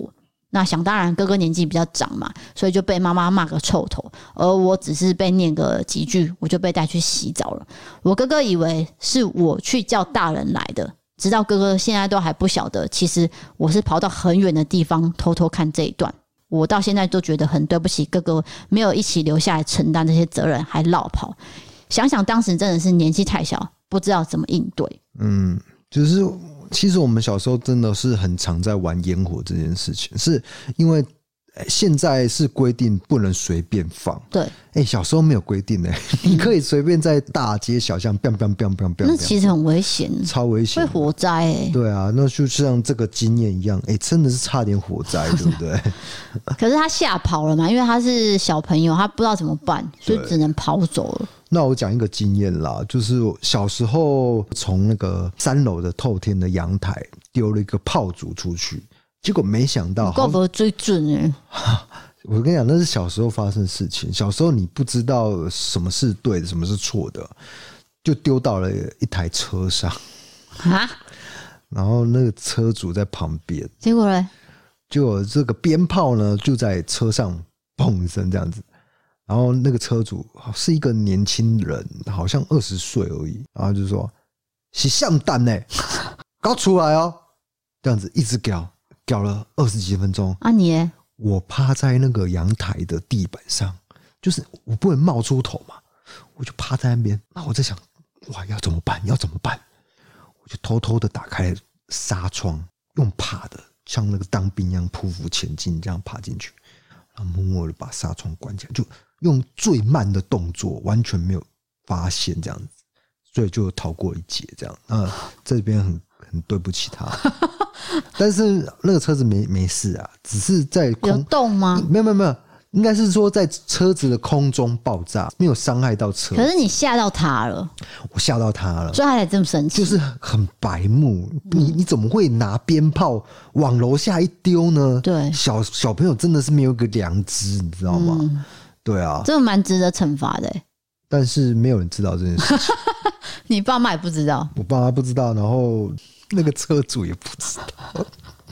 那想当然哥哥年纪比较长嘛，所以就被妈妈骂个臭头，而我只是被念个几句，我就被带去洗澡了。我哥哥以为是我去叫大人来的，直到哥哥现在都还不晓得，其实我是跑到很远的地方偷偷看这一段。我到现在都觉得很对不起哥哥，没有一起留下来承担这些责任，还落跑。想想当时真的是年纪太小，不知道怎么应对。 嗯，就是其实我们小时候真的是很常在玩烟火这件事情，是因为现在是规定不能随便放。 对， 哎、欸，小时候没有规定哎、欸，你可以随便在大街小巷 biang biang biang biang biang， 那其实很危险， 超危险， 会火灾哎、欸。 对啊，那就像这个经验一样，哎、欸，真的是差点火灾，对不对？ 可是他吓跑了嘛，因为他是小朋友，他不知道怎么办，所以只能跑走了。 那我讲一个经验啦，就是小时候从那个三楼的透天的阳台丢了一个炮竹出去，结果没想到， 够不追准哎！ 我跟你讲，那是小时候发生的事情。小时候你不知道什么是对的，什么是错的，就丢到了一台车上啊。然后那个车主在旁边， 结果呢？ 结果这个鞭炮呢就在车上砰一声这样子。然后那个车主是一个年轻人，好像二十岁而已，然后就说：“是上弹呢，搞出来哦！”这样子一直搞，搞了二十几分钟。 啊你耶， 我趴在那个阳台的地板上，就是我不能冒出头嘛，我就趴在那边。那我在想，哇，要怎么办？要怎么办？我就偷偷的打开纱窗，用爬的，像那个当兵一样匍匐前进，这样爬进去，然后默默的把纱窗关起来，就用最慢的动作，完全没有发现这样子，所以就逃过一劫。这样，那这边很很对不起他。但是那个车子没没事啊，只是在空有动吗？ 没有没有没有，应该是说在车子的空中爆炸，没有伤害到车。 可是你吓到他了， 我吓到他了， 所以他才这么生气。 就是很白目，你你怎么会拿鞭炮往楼下一丢呢？ 对， 小小朋友真的是没有个良知，你知道吗？嗯、对啊， 这个蛮值得惩罚的、欸。 但是没有人知道这件事情。 你爸妈也不知道， 我爸妈不知道，然后那个车主也不知道。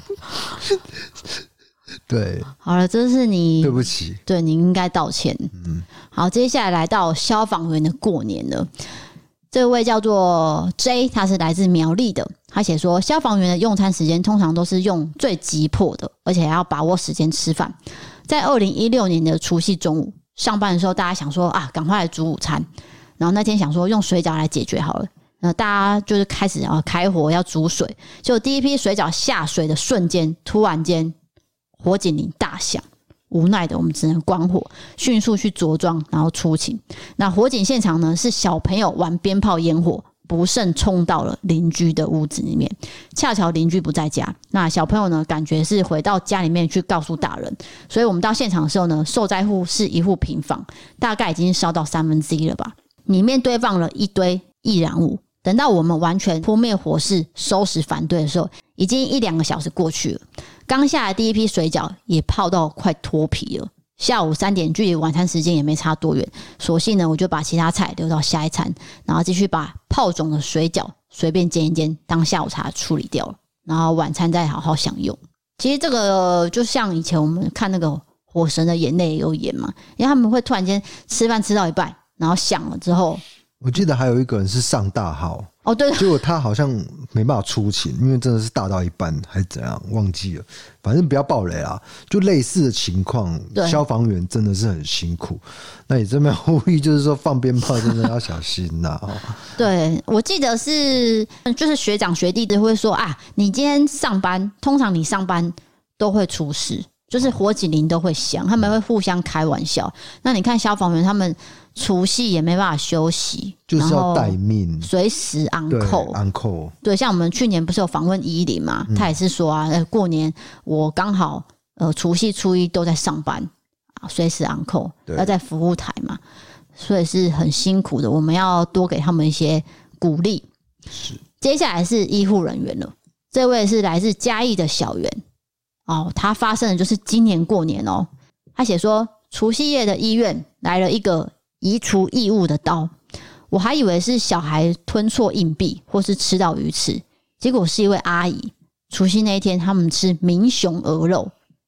对， 好了，这是你对不起， 对你应该道歉。 嗯， 好，接下来来到消防员的过年了。这位叫做 J， 他是来自苗栗的。他写说，消防员的用餐时间通常都是用最急迫的，而且还要把握时间吃饭。在二零一六年的除夕中午上班的时候，大家想说啊，赶快来煮午餐。然后那天想说用水饺来解决好了。那大家就是开始要开火要煮水，结果第一批水饺下水的瞬间，突然间火警铃大响，无奈的我们只能关火，迅速去着装，然后出勤。那火警现场呢是小朋友玩鞭炮烟火，不慎冲到了邻居的屋子里面，恰巧邻居不在家，那小朋友呢感觉是回到家里面去告诉大人，所以我们到现场的时候呢，受灾户是一户平房，大概已经烧到三分之一了吧，里面堆放了一堆易燃物。等到我们完全扑灭火势收拾反对的时候，已经一两个小时过去了，刚下来第一批水饺也泡到快脱皮了，下午三点距离晚餐时间也没差多远，索性呢我就把其他菜留到下一餐，然后继续把泡肿的水饺随便煎一煎当下午茶处理掉了，然后晚餐再好好享用。其实这个就像以前我们看那个火神的眼泪也有演嘛，因为他们会突然间吃饭吃到一半，然后响了之后， 我记得还有一个人是上大号哦，对， 结果他好像没办法出勤，因为真的是大到一半还是怎样忘记了，反正不要爆雷啦，就类似的情况，消防员真的是很辛苦。那你这边呼吁就是说放鞭炮真的要小心呐、啊。 对，我记得是就是学长学弟都会说啊，你今天上班，通常你上班都会出事，就是火警铃都会响，他们会互相开玩笑。那你看消防员他们除夕也没办法休息， 就是要待命， 随时 on call on call。 对，像我们去年不是有访问依林嘛，嗯、他也是说啊，呃，过年我刚好呃除夕初一都在上班啊，随时 on call， 要在服务台嘛，所以是很辛苦的。我们要多给他们一些鼓励。 是， 接下来是医护人员了，这位是来自嘉义的小袁哦，他发生的就是今年过年哦，他写说除夕夜的医院来了一个移除异物的刀，我还以为是小孩吞错硬币或是吃到鱼翅，结果是一位阿姨。除夕那一天他们吃明雄鹅肉，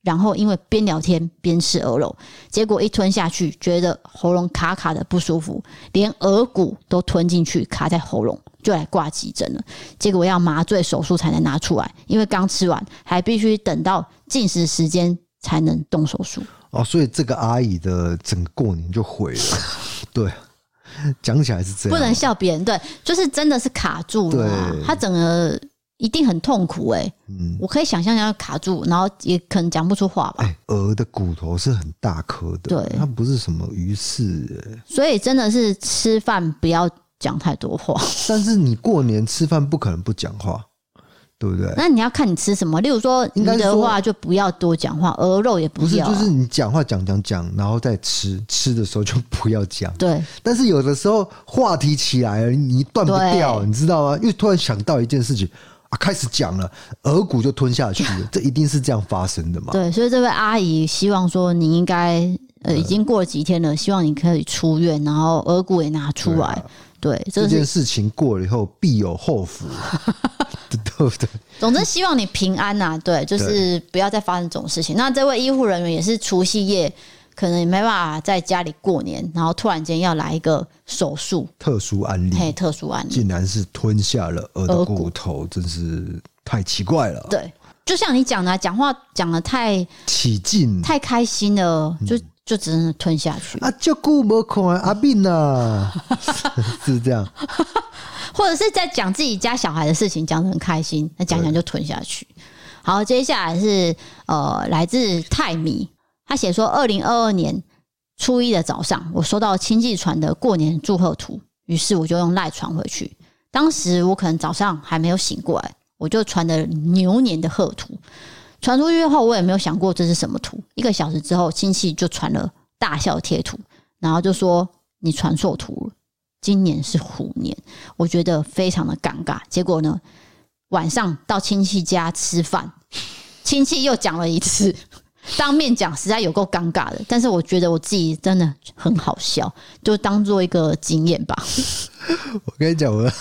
然后因为边聊天边吃鹅肉，结果一吞下去觉得喉咙卡卡的不舒服，连额骨都吞进去卡在喉咙，就来挂急诊了。结果要麻醉手术才能拿出来，因为刚吃完还必须等到进食时间才能动手术。 哦，所以这个阿姨的整个过年就毁了。对，讲起来是这样， 不能笑别人，对，就是真的是卡住了、啊，他整个一定很痛苦哎、欸嗯，我可以想象要卡住，然后也可能讲不出话吧。 哎、欸，鹅的骨头是很大颗的， 对， 它不是什么鱼翅、欸， 所以真的是吃饭不要讲太多话。 但是你过年吃饭不可能不讲话。对不对？ 那你要看你吃什么，例如说鱼的话就不要多讲话，鹅肉也不要、啊。 不是，就是你讲话讲讲讲，然后再吃，吃的时候就不要讲。 对。但是有的时候话题起来了，你断不掉，你知道吗？因为突然想到一件事情啊，开始讲了，额骨就吞下去了，这一定是这样发生的嘛？ 对，所以这位阿姨希望说你应该呃已经过了几天了，希望你可以出院，然后额骨也拿出来。对， 这件事情过了以后必有后福。对不对？ 总之希望你平安呐、啊，对，就是不要再发生这种事情。那这位医护人员也是除夕夜，可能也没办法在家里过年，然后突然间要来一个手术， 特殊案例， 嘿，特殊案例， 竟然是吞下了鹅的骨头，真是太奇怪了。 对，就像你讲的，讲话讲的太起劲， 太开心了，就、嗯、就只能吞下去啊！就顾没看阿斌呐，是这样。 或者是在讲自己家小孩的事情，讲得很开心，那讲讲就吞下去。好，接下来是呃，来自泰米，他写说，二零二二年初一的早上，我收到亲戚传的过年祝贺图，于是我就用赖传回去。当时我可能早上还没有醒过来，我就传了牛年的贺图。传出去后，我也没有想过这是什么图。一个小时之后，亲戚就传了大笑贴图，然后就说你传错图了。今年是虎年，我觉得非常的尴尬。结果呢，晚上到亲戚家吃饭，亲戚又讲了一次，当面讲实在有够尴尬的。但是我觉得我自己真的很好笑，就当做一个经验吧。 我跟你讲，我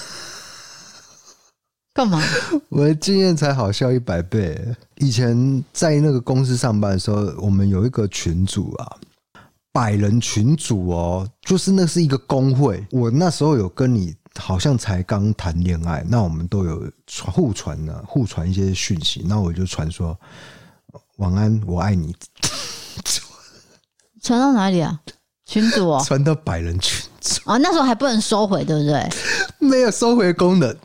干嘛？ 我的经验才好笑一百倍。以前在那个公司上班的时候，我们有一个群组啊。百人群组哦，就是那是一个工会。我那时候有跟你好像才刚谈恋爱，那我们都有互传呢，互传一些讯息。那我就传说晚安，我爱你。 传到哪里啊？群组哦， 传到百人群组哦。那时候还不能收回，对不对？ 没有收回功能。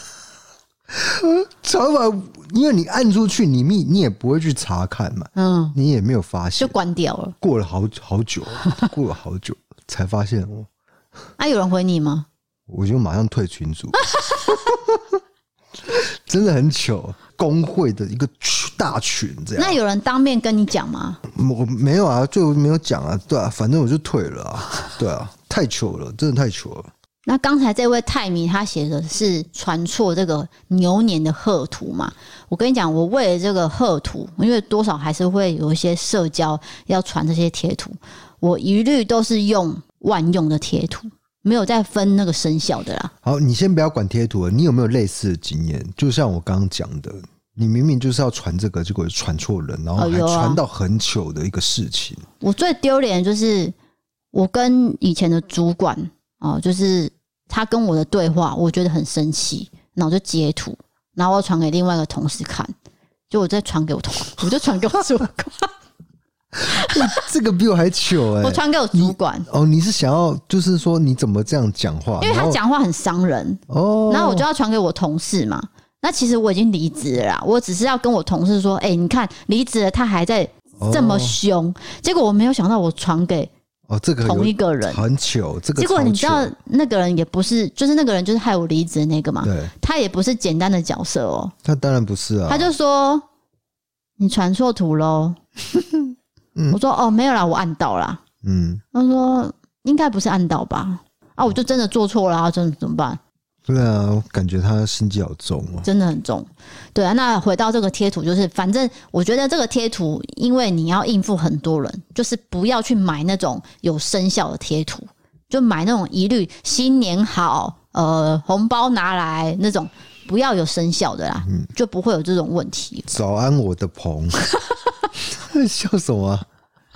传完，因为你按出去，你你也不会去查看嘛，嗯，你也没有发现， 就关掉了。 过了好好久，过了好久才发现哦。 啊，有人回你吗？ 我就马上退群组，真的很糗。工会的一个大群这样， 那有人当面跟你讲吗？ 我没有啊，就没有讲啊，对啊，反正我就退了啊，对啊，太糗了，真的太糗了。 那刚才这位泰迷他写的是传错这个牛年的贺图嘛？我跟你讲，我为了这个贺图，因为多少还是会有一些社交要传这些贴图，我一律都是用万用的贴图，没有再分那个生肖的啦。 好，你先不要管贴图了，你有没有类似的经验？就像我刚刚讲的，你明明就是要传这个，结果传错人，然后还传到很糗的一个事情。哦啊、 我最丢脸的就是我跟以前的主管哦，就是他跟我的对话，我觉得很生气，然后我就截图，然后我传给另外一个同事看，就我再传给我同，我就传给我主管。 这个比我还糗哎、欸！ 我传给我主管哦，你是想要就是说你怎么这样讲话？ 因为他讲话很伤人哦，然后我就要传给我同事嘛。那其实我已经离职了啦，我只是要跟我同事说，哎、欸，你看离职了，他还在这么凶、哦，结果我没有想到我传给。 哦，这个同一个人很糗，这个结果你知道那个人也不是，就是那个人就是害我离职的那个嘛，对，他也不是简单的角色哦， 他当然不是啊， 他就说你传错图咯、嗯、我说哦没有啦，我按到啦，嗯，他说应该不是按到吧，啊，我就真的做错了，真的怎么办？ 对啊，感觉他心机好重哦， 真的很重。对啊，那回到这个贴图，就是反正我觉得这个贴图，因为你要应付很多人，就是不要去买那种有生肖的贴图，就买那种一律新年好，呃，红包拿来那种，不要有生肖的啦，嗯、就不会有这种问题。 早安，我的鹏。 笑什么、啊？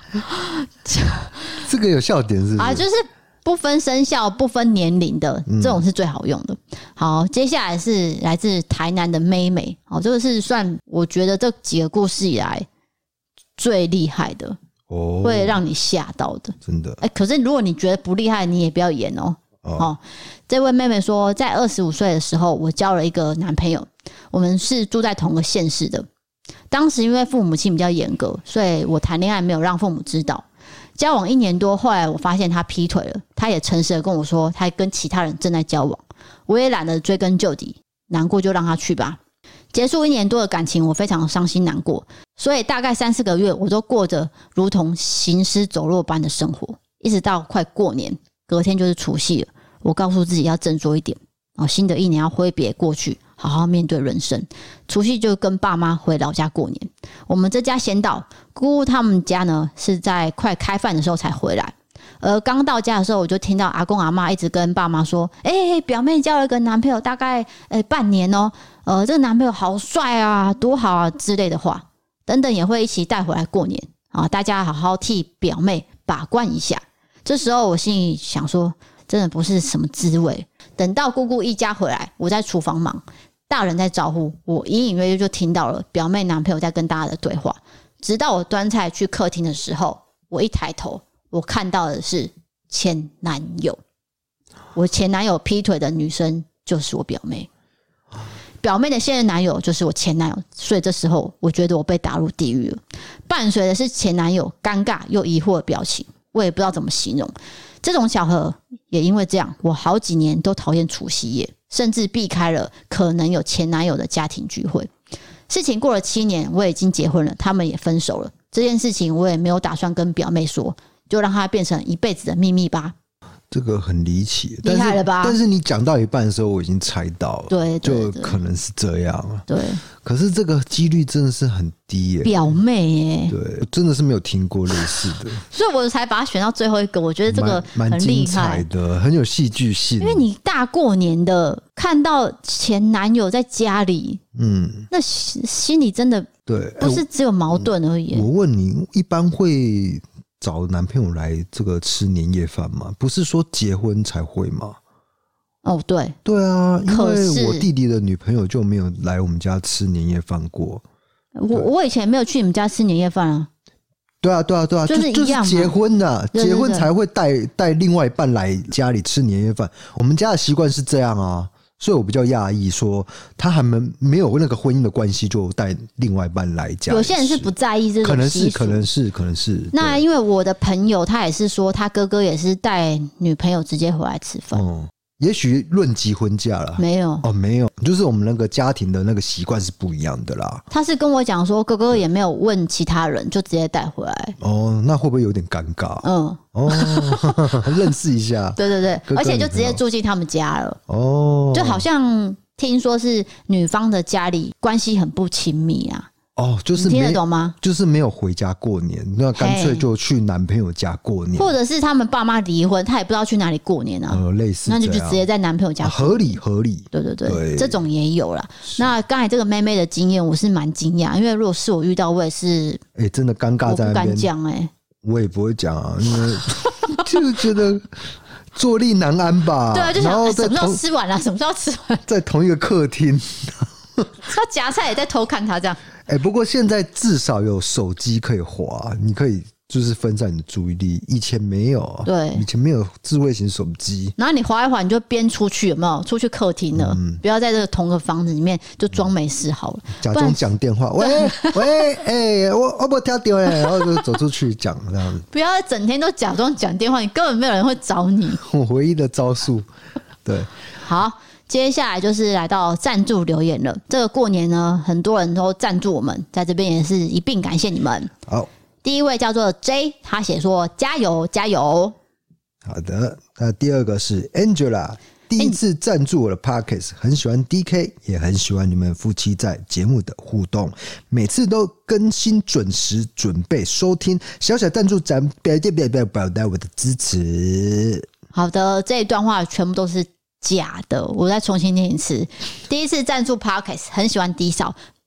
这个有笑点是不是？ 啊，就是不分生肖、不分年龄的，这种是最好用的。嗯、好，接下来是来自台南的妹妹，好，这个是算我觉得这几个故事以来最厉害的，哦，会让你吓到的， 真的。 哎、欸，可是如果你觉得不厉害，你也不要演哦。哦，哦这位妹妹说，在二十五岁的时候，我交了一个男朋友，我们是住在同个县市的。当时因为父母亲比较严格，所以我谈恋爱没有让父母知道。交往一年多，后来我发现他劈腿了，他也诚实的跟我说，他跟其他人正在交往。我也懒得追根究底，难过就让他去吧。结束一年多的感情，我非常伤心难过，所以大概三四个月，我都过着如同行尸走肉般的生活，一直到快过年，隔天就是除夕了。我告诉自己要振作一点，新的一年要挥别过去，好好面对人生。除夕就跟爸妈回老家过年，我们这家先到，姑姑他们家呢是在快开饭的时候才回来。而刚到家的时候，我就听到阿公阿嬷一直跟爸妈说：“哎、欸，表妹交了个男朋友，大概呃、欸、半年哦，呃，这个男朋友好帅啊，多好啊之类的话，等等也会一起带回来过年啊，大家好好替表妹把关一下。”这时候我心里想说，真的不是什么滋味。等到姑姑一家回来，我在厨房忙，大人在招呼，我隐隐约约就听到了表妹男朋友在跟大家的对话。直到我端菜去客厅的时候，我一抬头，我看到的是前男友。我前男友劈腿的女生就是我表妹，表妹的现任男友就是我前男友，所以这时候我觉得我被打入地狱了。伴随的是前男友尴尬又疑惑的表情，我也不知道怎么形容。这种巧合也因为这样，我好几年都讨厌除夕夜，甚至避开了可能有前男友的家庭聚会。事情过了七年，我已经结婚了，他们也分手了。这件事情我也没有打算跟表妹说，就让它变成一辈子的秘密吧。 这个很离奇， 厉害了吧？ 但是, 但是你讲到一半的时候，我已经猜到了， 对，对就可能是这样。 对， 可是这个几率真的是很低耶， 表妹耶， 对，真的是没有听过类似的， 所以我才把它选到最后一个。我觉得这个很厉害的，很有戏剧性。 因为你大过年的看到前男友在家里，嗯，那心里真的对，不是只有矛盾而已。 我问你，一般会找男朋友来这个吃年夜饭吗？不是说结婚才会吗？ 哦，对， 对啊，因为我弟弟的女朋友就没有来我们家吃年夜饭过。 我我以前没有去你们家吃年夜饭啊。 对啊，对啊，对啊， 就是一样嘛， 就是结婚的、啊，结婚才会带带另外一半来家里吃年夜饭。我们家的习惯是这样啊。所以我比较讶异，说他还没没有那个婚姻的关系，就带另外一半来家。 有些人是不在意这种习俗， 可能是，可能是，可能是。 那因为我的朋友他也是说，他哥哥也是带女朋友直接回来吃饭。 嗯，也许论及婚嫁了， 没有哦，没有，就是我们那个家庭的那个习惯是不一样的啦。 他是跟我讲说，哥哥也没有问其他人，就直接带回来。 哦，那会不会有点尴尬？嗯。哦，认识一下， 对对对，哥哥而且就直接住进他们家了。哦，就好像听说是女方的家里关系很不亲密啊。 哦，就是你听得懂吗？ 就是没有回家过年，那干脆就去男朋友家过年， 或者是他们爸妈离婚，他也不知道去哪里过年啊。 呃，类似这样， 那就就直接在男朋友家过年， 合理合理。 对对 对, 对，这种也有啦。那刚才这个妹妹的经验，我是蛮惊讶，因为如果是我遇到，我也是， 哎、欸，真的尴尬在那边，我不敢讲哎。 我也不会讲啊，因为就是觉得坐立难安吧。 对啊，就想然后什么时候吃完了、啊，什么时候吃完， 在同一个客厅， 他夹菜也在偷看他这样。 哎、欸，不过现在至少有手机可以滑，你可以就是分散你的注意力，以前没有啊。 对， 以前没有智慧型手机。 然后你滑一滑，你就边出去，有没有？出去客厅了、嗯，不要在这个同个房子里面就装没事好了， 假装讲电话，喂喂，哎、欸，我我不跳丢嘞，然后就走出去讲这样子。 不要整天都假装讲电话，你根本没有人会找你。 我唯一的招数，对， 好。接下来就是来到赞助留言了。这个过年呢，很多人都赞助我们，在这边也是一并感谢你们。 好， 第一位叫做 J， 他写说加油加油。 好的，那第二个是 Angela， 第一次赞助我的 Podcast， 很喜欢 D K， 也很喜欢你们夫妻在节目的互动，每次都更新准时准备收听，小小赞助咱别别别别表达我的支持。 好的，这一段话全部都是假的，我再重新念一次。第一次赞助 Podcast， 很喜欢 D 嫂，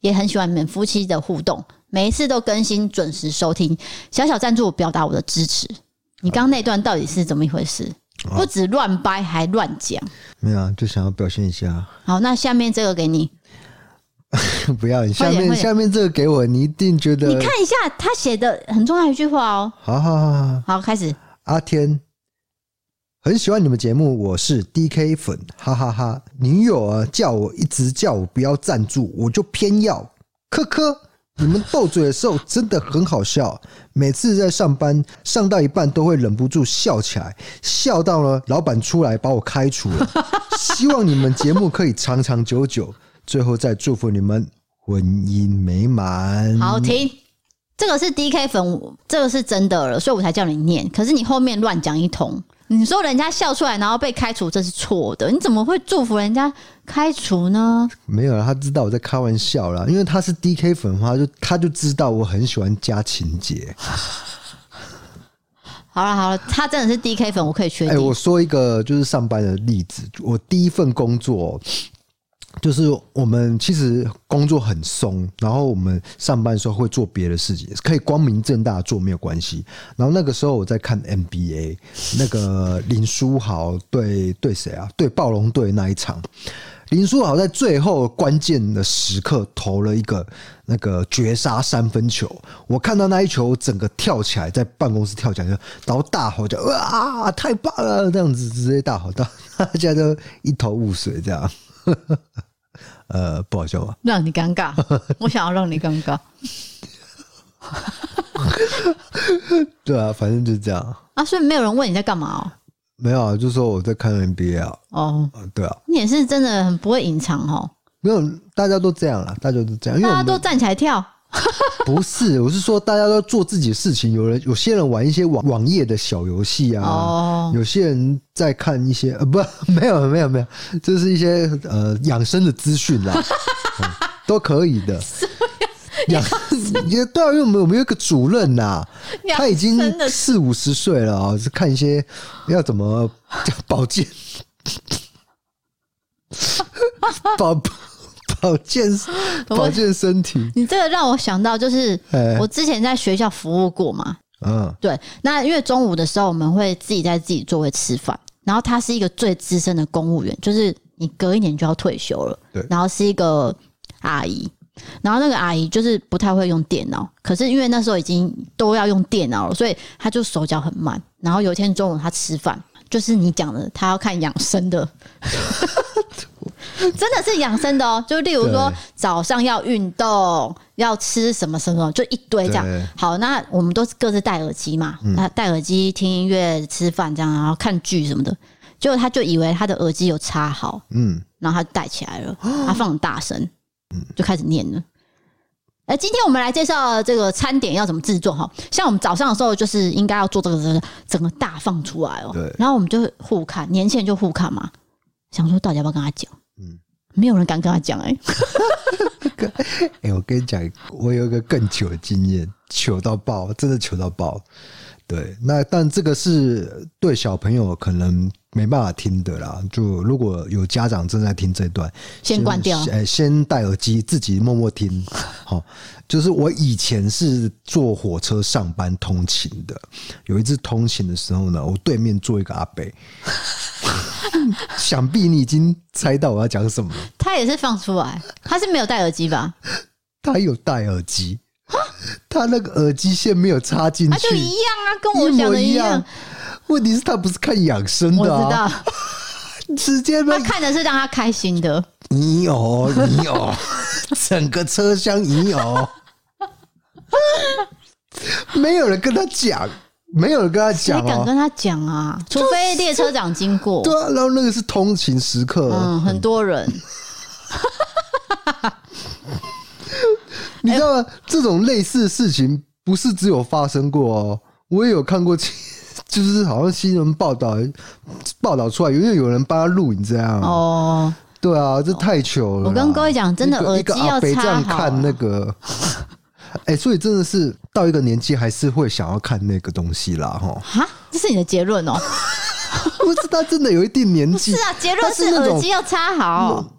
也很喜欢你们夫妻的互动，每一次都更新，准时收听，小小赞助表达我的支持。你刚刚那段到底是怎么一回事？哦、不止乱掰还乱讲。 没有啊，就想要表现一下。 好，那下面这个给你。 不要，你下面下面这个给我，你一定觉得。 你看一下他写的很重要一句话哦。 好好好好，开始。 阿天很喜欢你们节目，我是 D K 粉，哈哈哈哈。女友啊，叫我一直叫我不要赞助，我就偏要。科科，你们斗嘴的时候真的很好笑，每次在上班上到一半都会忍不住笑起来，笑到了老板出来把我开除了。希望你们节目可以长长久久。最后再祝福你们婚姻美满。 好，停，这个是 D K 粉，这个是真的了，所以我才叫你念。可是你后面乱讲一通，你说人家笑出来然后被开除，这是错的，你怎么会祝福人家开除呢？ 没有啦，他知道我在开玩笑啦，因为他是 D K 粉的话，就他就知道我很喜欢加情节。 好了好了，他真的是 D K 粉，我可以确定。 哎、欸，我说一个就是上班的例子，我第一份工作。就是我们其实工作很松，然后我们上班的时候会做别的事情，可以光明正大做没有关系。然后那个时候我在看 N B A， 那个林书豪对对谁啊？对暴龙队那一场，林书豪在最后关键的时刻投了一个那个绝杀三分球。我看到那一球，整个跳起来，在办公室跳起来，然后大吼叫哇，太棒了！这样子直接大吼到大家都一头雾水，这样。呃，不好笑吧？ 让你尴尬，我想要让你尴尬。 对啊，反正就是这样啊。所以没有人问你在干嘛哦？ 没有啊，就说我在看 N B A 啊。哦，呃、对啊， 你也是真的很不会隐藏哦。 没有，大家都这样啦，大家都这样，因为大家都站起来跳。 不是，我是说大家都做自己的事情。有人有些人玩一些网网页的小游戏啊，哦，有些人在看一些呃，不，没有没有没有，这是一些呃养生的资讯啦、嗯，都可以的。养也对啊，因为我们我们有一个主任呐、啊，他已经四五十岁了啊、喔，是看一些要怎么保健保。保健保健身体， 你这个让我想到，就是我之前在学校服务过嘛，嗯，对。那因为中午的时候，我们会自己在自己座位吃饭，然后他是一个最资深的公务员，就是你隔一年就要退休了，对。然后是一个阿姨，然后那个阿姨就是不太会用电脑，可是因为那时候已经都要用电脑了，所以她就手脚很慢。然后有一天中午她吃饭，就是你讲的，她要看养生的。真的是养生的哦，就例如说早上要运动，要吃什么什么，就一堆这样。好，那我们都是各自戴耳机嘛，那、嗯、戴耳机听音乐、吃饭这样，然后看剧什么的。结果他就以为他的耳机有插好，嗯，然后他就戴起来了，他放很大声，就开始念了。哎，今天我们来介绍这个餐点要怎么制作哈。像我们早上的时候，就是应该要做这个这个整个大放出来哦。对。然后我们就互看，年轻人就互看嘛，想说到底要不要跟他讲？嗯，没有人敢跟他讲哎、欸。 哎、欸，我跟你讲，我有一个更糗的经验，糗到爆，真的糗到爆。对，那但这个是对小朋友可能没办法听的啦。就如果有家长正在听这段， 先关掉， 先, 先戴耳机，自己默默听。好，就是我以前是坐火车上班通勤的，有一次通勤的时候呢，我对面坐一个阿伯，想必你已经猜到我要讲什么。 他也是放出来，他是没有戴耳机吧？ 他有戴耳机。他那个耳机线没有插进去，他就一样啊，跟我讲的一样。 问题是他不是看养生的、啊， 我知道， 直接他看的是让他开心的。 你有，你有，整个车厢你有，没有人跟他讲，没有人跟他讲、哦， 谁敢跟他讲啊？除非列车长经过。 对啊，然后那个是通勤时刻， 嗯，很多人。 你知道吗？这种类似的事情不是只有发生过哦，我也有看过，就是好像新闻报道报道出来，因为有人帮他录影这样。哦，对啊，这太糗了。 我跟各位讲，真的耳机要插好、啊。一个阿伯这样看那个， 哎、欸，所以真的是到一个年纪还是会想要看那个东西啦，哈。 哈，这是你的结论哦？ 不是，他真的有一定年纪。 是啊，结论是耳机要插好。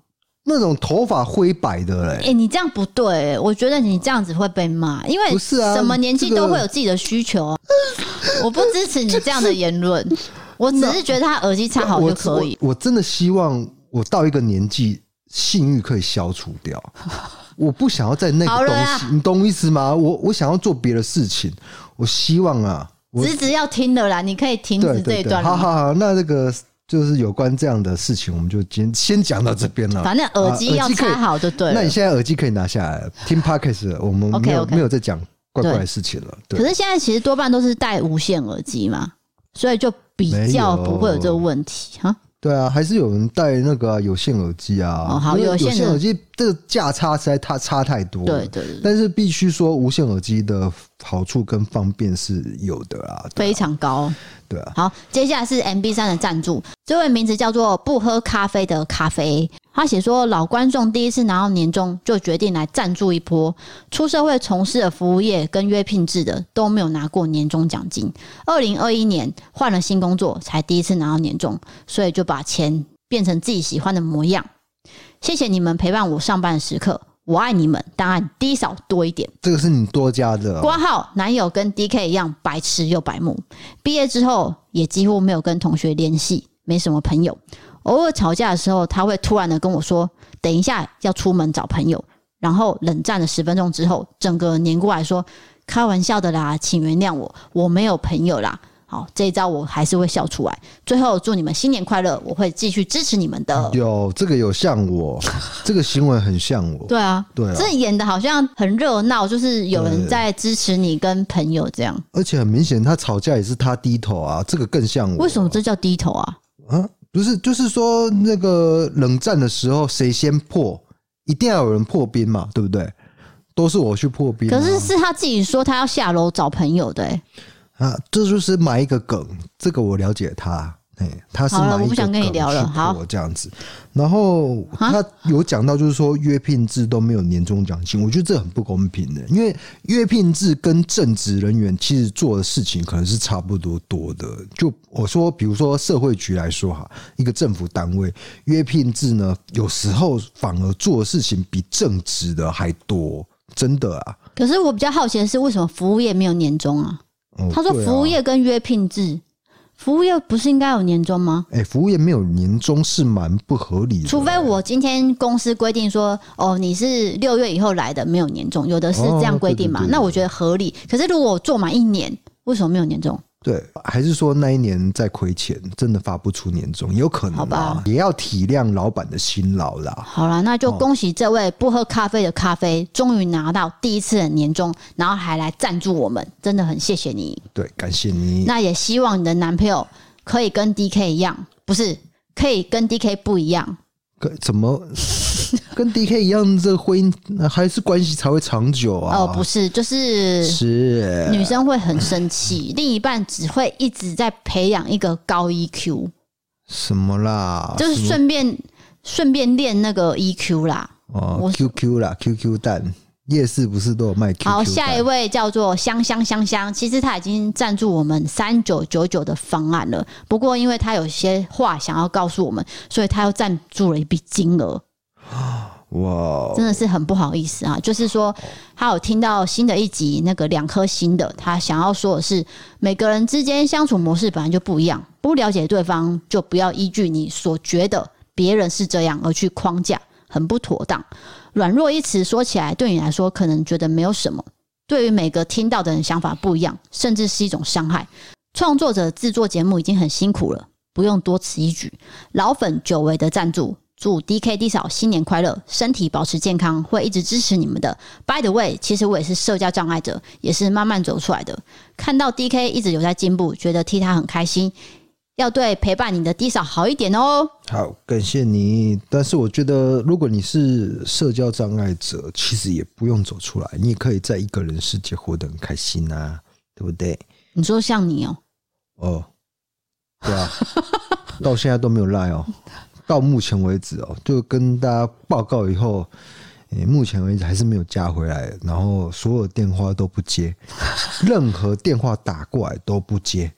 那种头发灰白的嘞。 哎、欸，你这样不对、欸，我觉得你这样子会被骂，因为不是啊， 什么年纪都会有自己的需求、啊這個、我不支持你这样的言论，我只是觉得他耳机插好就可以。 我, 我, 我真的希望我到一个年纪，性欲可以消除掉。我不想要在那个东西，你懂我意思吗？我我想要做别的事情，我希望啊， 直直要听的啦，你可以停止这一段。 好好好，那这个就是有关这样的事情，我们就先先讲到这边了。 反正耳机要插好就对了。 那你现在耳机可以拿下来听 Podcast， 我们没有 okay, okay 没有在讲怪怪的事情了。对， 可是现在其实多半都是戴无线耳机嘛，所以就比较不会有这个问题哈。 对啊，还是有人戴那个、啊、有线耳机啊。 哦，好，有线耳机这个价差实在差差太多了。 对对对。 但是必须说，无线耳机的好处跟方便是有的啦，啊、 非常高。 对啊。 好，接下来是 M B 三 的赞助，这位名字叫做不喝咖啡的咖啡。他写说，老观众第一次拿到年终就决定来赞助一波，出社会从事的服务业跟约聘制的都没有拿过年终奖金。二零二一年换了新工作，才第一次拿到年终，所以就把钱变成自己喜欢的模样。谢谢你们陪伴我上班的时刻，我爱你们。当然低扫多一点， 这个是你多加的、哦。 括号男友跟 D K 一样白痴又白目，毕业之后也几乎没有跟同学联系，没什么朋友。偶尔吵架的时候，他会突然的跟我说等一下要出门找朋友，然后冷战了十分钟之后，整个黏过来说开玩笑的啦，请原谅我，我没有朋友啦。好，这一招我还是会笑出来。最后祝你们新年快乐，我会继续支持你们的。 有这个有像我，这个行为很像我。 对啊， 对啊， 这演的好像很热闹，就是有人在支持你跟朋友这样。 而且很明显，他吵架也是他低头啊，这个更像我。 为什么这叫低头啊？ 啊，不是，就是说那个冷战的时候，谁先破，一定要有人破冰嘛，对不对？都是我去破冰、啊。 可是是他自己说他要下楼找朋友的、欸。 啊，这就是埋一个梗，这个我了解他，哎，他是埋一个梗，好了， 我不想跟你聊了，好， 这样子。然后他有讲到，就是说约聘制都没有年终奖金，我觉得这很不公平的，因为约聘制跟正职人员其实做的事情可能是差不多多的。就我说，比如说社会局来说哈，一个政府单位约聘制呢，有时候反而做的事情比正职的还多，真的啊。 可是我比较好奇的是，为什么服务业没有年终啊？他说服务业跟约聘制、啊、服务业不是应该有年终吗？ 哎、欸，服务业没有年终是蛮不合理的， 除非我今天公司规定说，哦，你是六月以后来的没有年终，有的是这样规定嘛、哦对对对对，那我觉得合理。可是如果我做满一年，为什么没有年终？ 对，还是说那一年在亏钱，真的发不出年终，有可能吧？也要体谅老板的辛劳啦。 好啦，那就恭喜这位不喝咖啡的咖啡，终于拿到第一次的年终，然后还来赞助我们，真的很谢谢你。 对，感谢你。 那也希望你的男朋友可以跟 D K 一样，不是可以跟 D K 不一样。 怎么跟 D K 一样，这个婚姻还是关系才会长久啊？ 哦，不是，就是是女生会很生气，另一半只会一直在培养一个高 E Q。 什么啦？ 就是顺便顺便练那个 E Q 啦。 哦 ，Q Q 啦 ，Q Q 蛋。夜市不是都有卖 Q Q 蛋？ 好，下一位叫做香香香香，其实他已经赞助我们三九九九的方案了，不过因为他有些话想要告诉我们，所以他又赞助了一笔金额。 哇， 真的是很不好意思啊！就是说，他有听到新的一集那个两颗星的，他想要说的是，每个人之间相处模式本来就不一样，不了解对方就不要依据你所觉得别人是这样而去框架，很不妥当。软弱一词说起来，对你来说可能觉得没有什么，对于每个听到的人想法不一样，甚至是一种伤害。创作者制作节目已经很辛苦了，不用多此一举。老粉久违的赞助，祝 D K D 嫂新年快乐，身体保持健康，会一直支持你们的。By the way， 其实我也是社交障碍者，也是慢慢走出来的。看到 D K 一直有在进步，觉得替他很开心。要对陪伴你的 D 嫂好一点哦。 好，感谢你。但是我觉得，如果你是社交障碍者，其实也不用走出来，你也可以在一个人世界活得很开心啊，对不对？ 你说像你哦？ 哦，对啊，到现在都没有赖哦。到目前为止哦，就跟大家报告以后，欸、目前为止还是没有加回来，然后所有电话都不接，任何电话打过来都不接。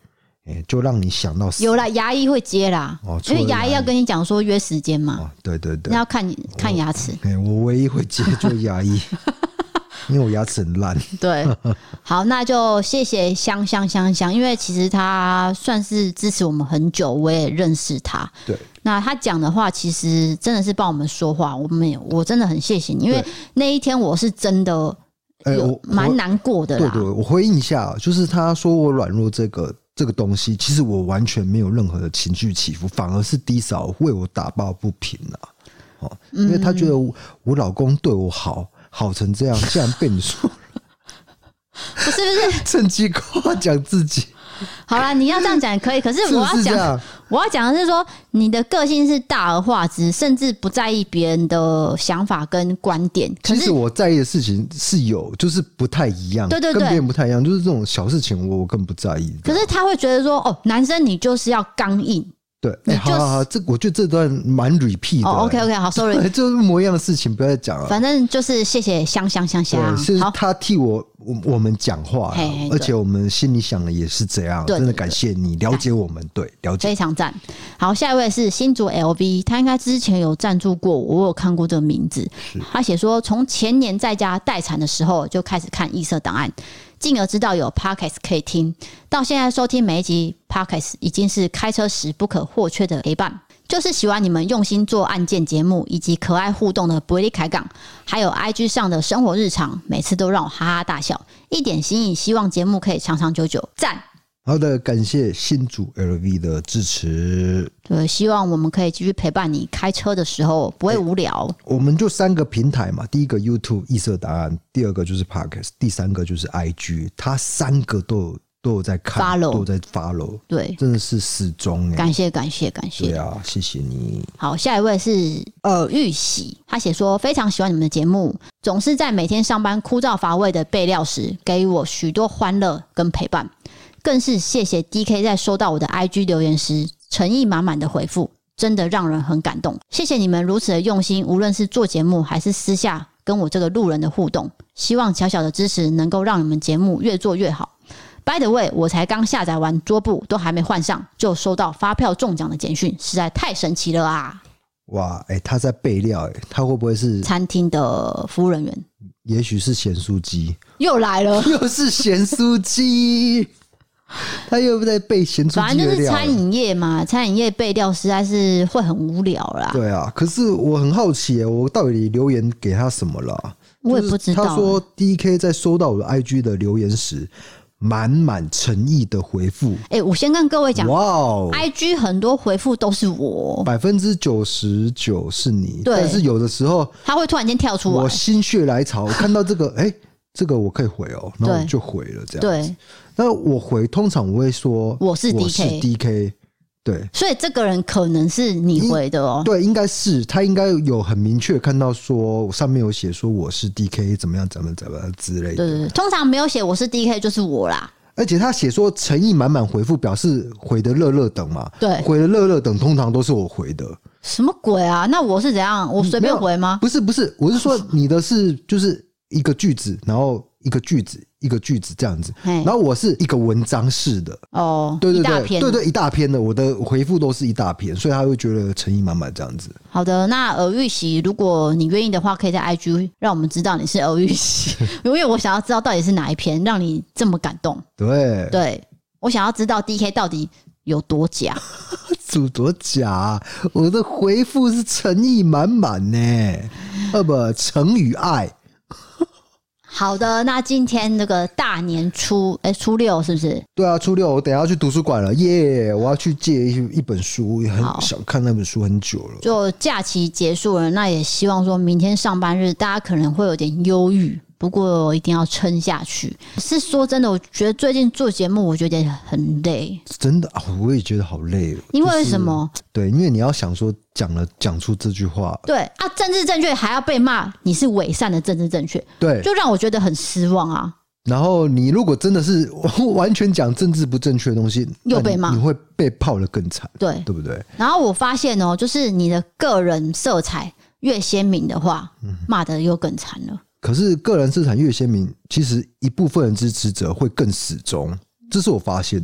欸、就让你想到死。 有啦，牙医会接啦，哦、因为牙医要跟你讲说约时间嘛、哦。 对对对， 那要看看牙齿。 欸、我唯一会接就是牙医。因为我牙齿很烂。 对，好，那就谢谢香香香香，因为其实他算是支持我们很久，我也认识他。 对， 那他讲的话其实真的是帮我们说话，我们也我真的很谢谢你，因为那一天我是真的有蛮难过的啦。 对对，我回应一下，就是他说我软弱这个这个东西，其实我完全没有任何的情绪起伏，反而是低嫂为我打抱不平啊。哦，因为他觉得 我,、嗯、我老公对我好。好成这样，竟然被你说了， 不是不是， 趁机夸奖自己。 好啦，你要这样讲也可以，可是我要讲，我要讲的是说，你的个性是大而化之，甚至不在意别人的想法跟观点。可是其实我在意的事情是有，就是不太一样， 对对对， 跟别人不太一样，就是这种小事情我更不在意。 可是他会觉得说，哦，男生你就是要刚硬。 对，哎、欸，好好好，这我觉得这段蛮 repeat 的。 哦 ，OK OK， 好 ，sorry， 就是模一样的事情，不要再讲了。 反正就是谢谢香香香香， 是他替我我我们讲话，而且我们心里想的也是这样，真的感谢你了解我们，对，了解， 非常赞。好，下一位是新竹 L V， 他应该之前有赞助过我，我有看过这个名字。他写说，从前年在家待产的时候就开始看异色档案。进而知道有 Podcast 可以听，到现在收听每一集 Podcast 已经是开车时不可或缺的陪伴。就是喜欢你们用心做案件节目，以及可爱互动的不利开港，还有 I G 上的生活日常，每次都让我哈哈大笑，一点心意，希望节目可以长长久久，赞。 好的，感谢新竹 L V 的支持。 对，希望我们可以继续陪伴你开车的时候不会无聊。 欸、我们就三个平台嘛，第一个 YouTube 异色答案，第二个就是 Podcast， 第三个就是 I G， 它三个都有都有在看 follow， 都有在 follow， 对， 真的是始终、欸。 感谢感谢感谢， 对啊，谢谢你。 好，下一位是耳玉喜，他写说非常喜欢你们的节目，总是在每天上班枯燥乏味的备料时，给予我许多欢乐跟陪伴。更是谢谢 D K 在收到我的 I G 留言时诚意满满的回复，真的让人很感动。谢谢你们如此的用心，无论是做节目还是私下跟我这个路人的互动，希望小小的支持能够让你们节目越做越好。By the way， 我才刚下载完桌布，都还没换上，就收到发票中奖的简讯，实在太神奇了啊！ 哇，哎、欸，他在备料、欸，他会不会是餐厅的服务人员？ 也许是咸酥鸡， 又来了， 又是咸酥鸡。他又不在备咸酥鸡的料， 反正就是餐饮业嘛，餐饮业备料实在是会很无聊啦。 对啊，可是我很好奇耶，我到底留言给他什么了？ 我也不知道。 他说 D K 在收到我的 I G 的留言时，满满诚意的回复。 哎、欸，我先跟各位讲， 哇哦 ，I G 很多回复都是我， 百分之九十九是你，但是有的时候他会突然间跳出来， 我心血来潮，我看到这个，哎、欸，这个我可以回哦，然后我就回了这样子。 对。 那我回通常我会说我是 D K， 我是 D K， 对， 所以这个人可能是你回的哦。 对，应该是他应该有很明确看到说上面有写说我是 D K 怎么样怎么样怎么样之类的。 对对对，通常没有写我是 D K 就是我啦。 而且他写说诚意满满回复，表示回的乐乐等嘛。 对， 回的乐乐等通常都是我回的。 什么鬼啊？那我是怎样？我随便回吗？ 不是不是，我是说你的是就是一个句子，然后一个句子。一个句子这样子，然后我是一个文章式的哦， 对对对， 一大篇对对一大篇的，我的回复都是一大篇，所以他会觉得诚意满满这样子。 好的，那耳玉喜，如果你愿意的话，可以在 I G 让我们知道你是耳玉喜，因为我想要知道到底是哪一篇让你这么感动。 对， 对我想要知道 D K 到底有多假， 有多假？我的回复是诚意满满呢，呃不，诚与爱。 好的，那今天那个大年初哎、欸、初六是不是？ 对啊，初六我等一下要去图书馆了耶！ Yeah, 我要去借一一本书，很想看那本书很久了。 就假期结束了，那也希望说明天上班日大家可能会有点忧郁，不过一定要撑下去。是说真的，我觉得最近做节目我觉得很累， 真的，我也觉得好累。 因为什么？ 就是、对，因为你要想说讲了讲出这句话， 对啊，政治正确还要被骂你是伪善的政治正确， 对， 就让我觉得很失望啊。 然后你如果真的是完全讲政治不正确的东西， 又被骂， 你会被泡得更惨， 对， 对不对？ 然后我发现哦，就是你的个人色彩越鲜明的话，骂的又更惨了。 可是个人色彩越鲜明，其实一部分人支持者会更死忠，这是我发现的。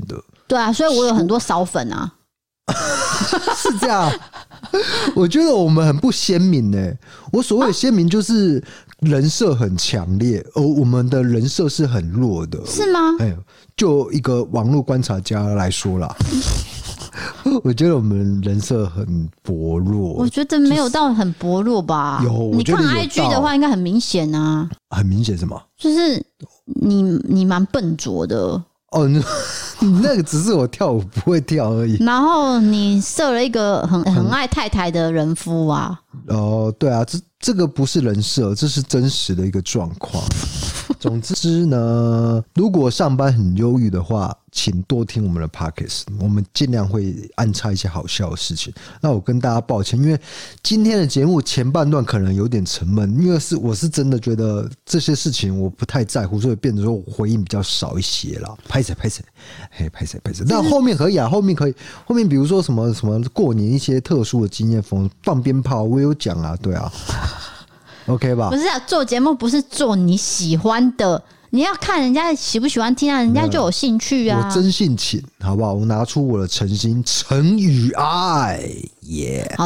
对啊，所以我有很多扫粉啊。 是这样，我觉得我们很不鲜明呢、欸。我所谓的鲜明就是人设很强烈，而我们的人设是很弱的， 是吗？ 哎，就一个网络观察家来说啦。我觉得我们人设很薄弱， 我觉得没有到很薄弱吧。 就是、有， 你看 I G 的话，应该很明显啊。 很明显什么？ 就是你你蛮笨拙的。 哦，那个只是我跳舞不会跳而已。 然后你设了一个很很爱太太的人夫啊。 哦，对啊，这这个不是人设，这是真实的一个状况。总之呢，如果上班很忧郁的话，请多听我们的 podcast， 我们尽量会安插一些好笑的事情。那我跟大家抱歉，因为今天的节目前半段可能有点沉闷，因为是我是真的觉得这些事情我不太在乎，所以变成说我回应比较少一些啦。拍谁拍谁，嘿拍谁拍谁。但后面可以啊，后面可以，后面比如说什么什么过年一些特殊的经验，放鞭炮，我有讲啊，对啊。OK 吧？ 不是啊，做节目不是做你喜欢的，你要看人家喜不喜欢听啊，人家就有兴趣啊。 我真性情，好不好？我拿出我的诚心，诚与爱，耶、yeah ！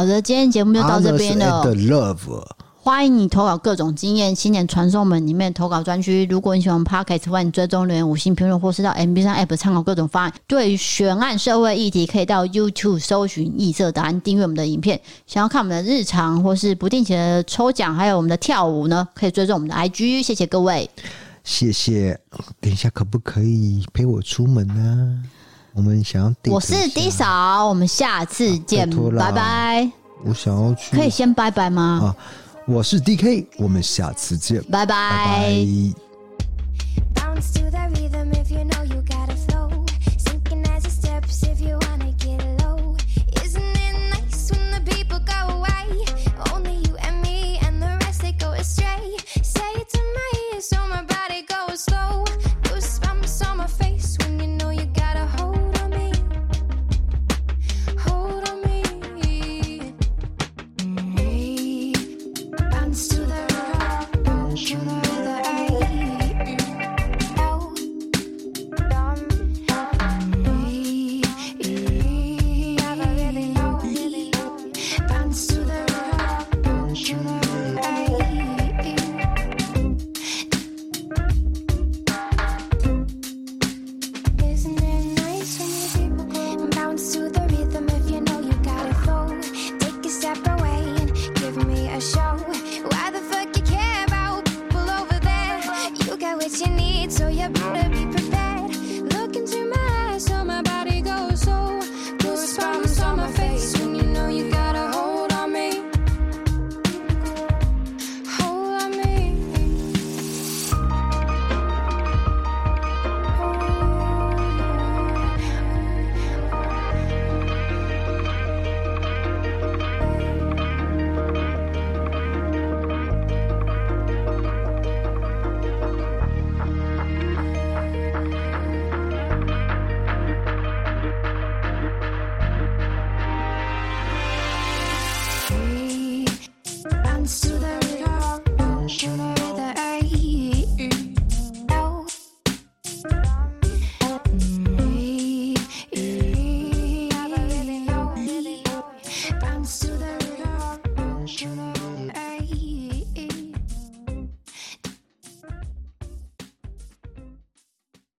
好的，今天节目就到这边了。 Love， 欢迎你投稿各种经验，新年传送门里面投稿专区。如果你喜欢 Podcast， 欢迎追踪留言、五星评论，或是到 M B 三 App 参考各种方案。对于悬案社会议题，可以到 YouTube 搜寻异色答案，订阅我们的影片。想要看我们的日常或是不定期的抽奖，还有我们的跳舞呢，可以追踪我们的 I G。谢谢各位， 谢谢。等一下可不可以陪我出门呢、啊？我们想要 date 一下。 我是 D 嫂，我们下次见，拜拜。 我想要去， 可以先拜拜吗？ 啊，我是 D K， 我们下次见， 拜拜。 拜拜。